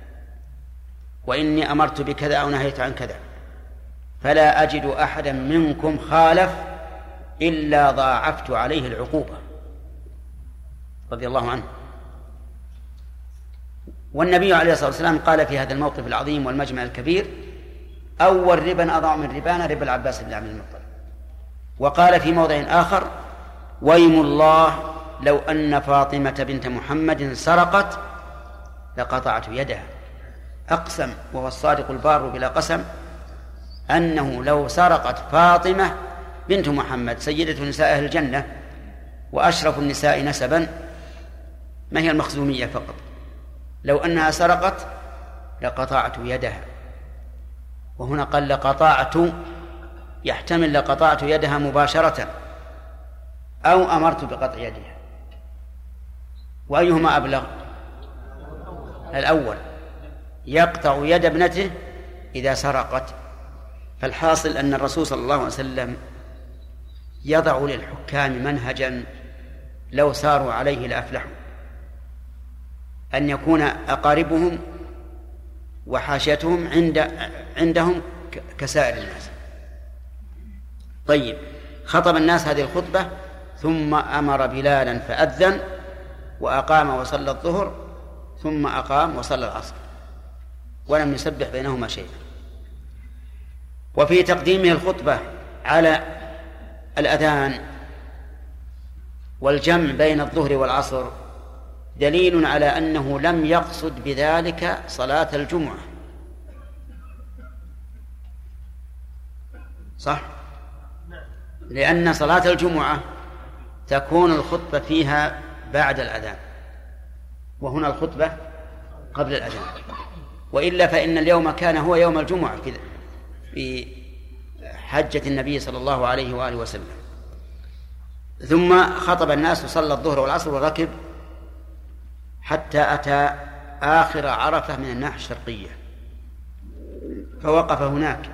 وإني أمرت بكذا أو نهيت عن كذا، فلا أجد أحدا منكم خالف إلا ضاعفت عليه العقوبة، رضي الله عنه. والنبي عليه الصلاة والسلام قال في هذا الموقف العظيم والمجمع الكبير: أول ربا أضع من ربانا ربا العباس بن عبد المطلب. وقال في موضع آخر: ويم الله لو أن فاطمة بنت محمد سرقت لقطعت يدها. أقسم، وهو الصادق البار بلا قسم، أنه لو سرقت فاطمة بنت محمد سيدة نساء أهل الجنة وأشرف النساء نسبا، ما هي المخزومية فقط، لو أنها سرقت لقطعت يدها. وهنا قال لقطعت، يحتمل لقطعت يدها مباشرة أو أمرت بقطع يدها، وأيهما أبلغ؟ الأول، يقطع يد ابنته إذا سرقت. فالحاصل أن الرسول صلى الله عليه وسلم يضع للحكام منهجا لو ساروا عليه لأفلحوا، أن يكون أقاربهم وحاشيتهم عندهم كسائر الناس. طيب، خطب الناس هذه الخطبة ثم أمر بلالا فأذن وأقام وصلى الظهر، ثم أقام وصلى العصر، ولم يسبح بينهما شيئا. وفي تقديمه الخطبة على الأذان والجمع بين الظهر والعصر دليل على أنه لم يقصد بذلك صلاة الجمعة، صح؟ لأن صلاة الجمعة تكون الخطبة فيها بعد الأذان، وهنا الخطبة قبل الأذان، وإلا فإن اليوم كان هو يوم الجمعة في حجة النبي صلى الله عليه وآله وسلم. ثم خطب الناس وصلى الظهر والعصر وركب حتى أتى آخر عرفة من الناحية الشرقية، فوقف هناك.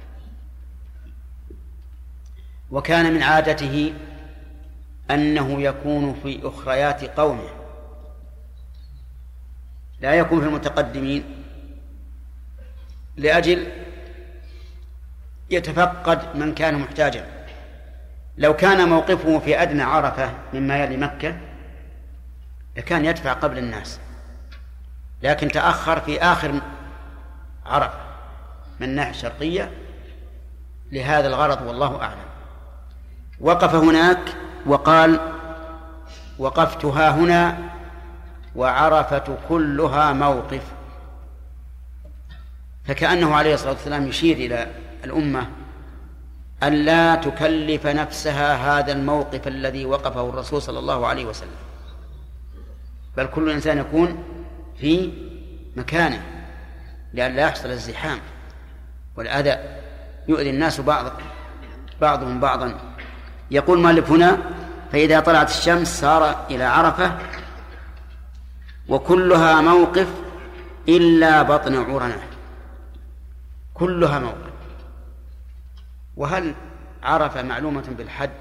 وكان من عادته أنه يكون في أخريات قومه، لا يكون في المتقدمين، لأجل يتفقد من كان محتاجا. لو كان موقفه في أدنى عرفة مما يلي مكة لكان يدفع قبل الناس، لكن تأخر في آخر عرفة من الناحية الشرقية لهذا الغرض، والله أعلم. وقف هناك وقال: وقفتها هنا وعرفة كلها موقف. فكأنه عليه الصلاة والسلام يشير إلى الأمة أن لا تكلف نفسها هذا الموقف الذي وقفه الرسول صلى الله عليه وسلم، بل كل إنسان يكون في مكانه لأن لا يحصل الزحام والأذى يؤذي الناس بعضهم بعضا. يقول مالك هنا: فإذا طلعت الشمس سار إلى عرفة وكلها موقف إلا بطن عرنة، كلها موقف. وهل عرفة معلومة بالحد؟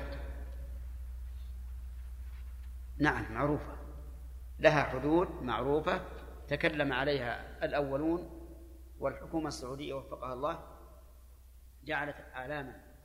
نعم معروفة، لها حدود معروفة تكلم عليها الأولون، والحكومة السعودية وفقها الله جعلت آلاما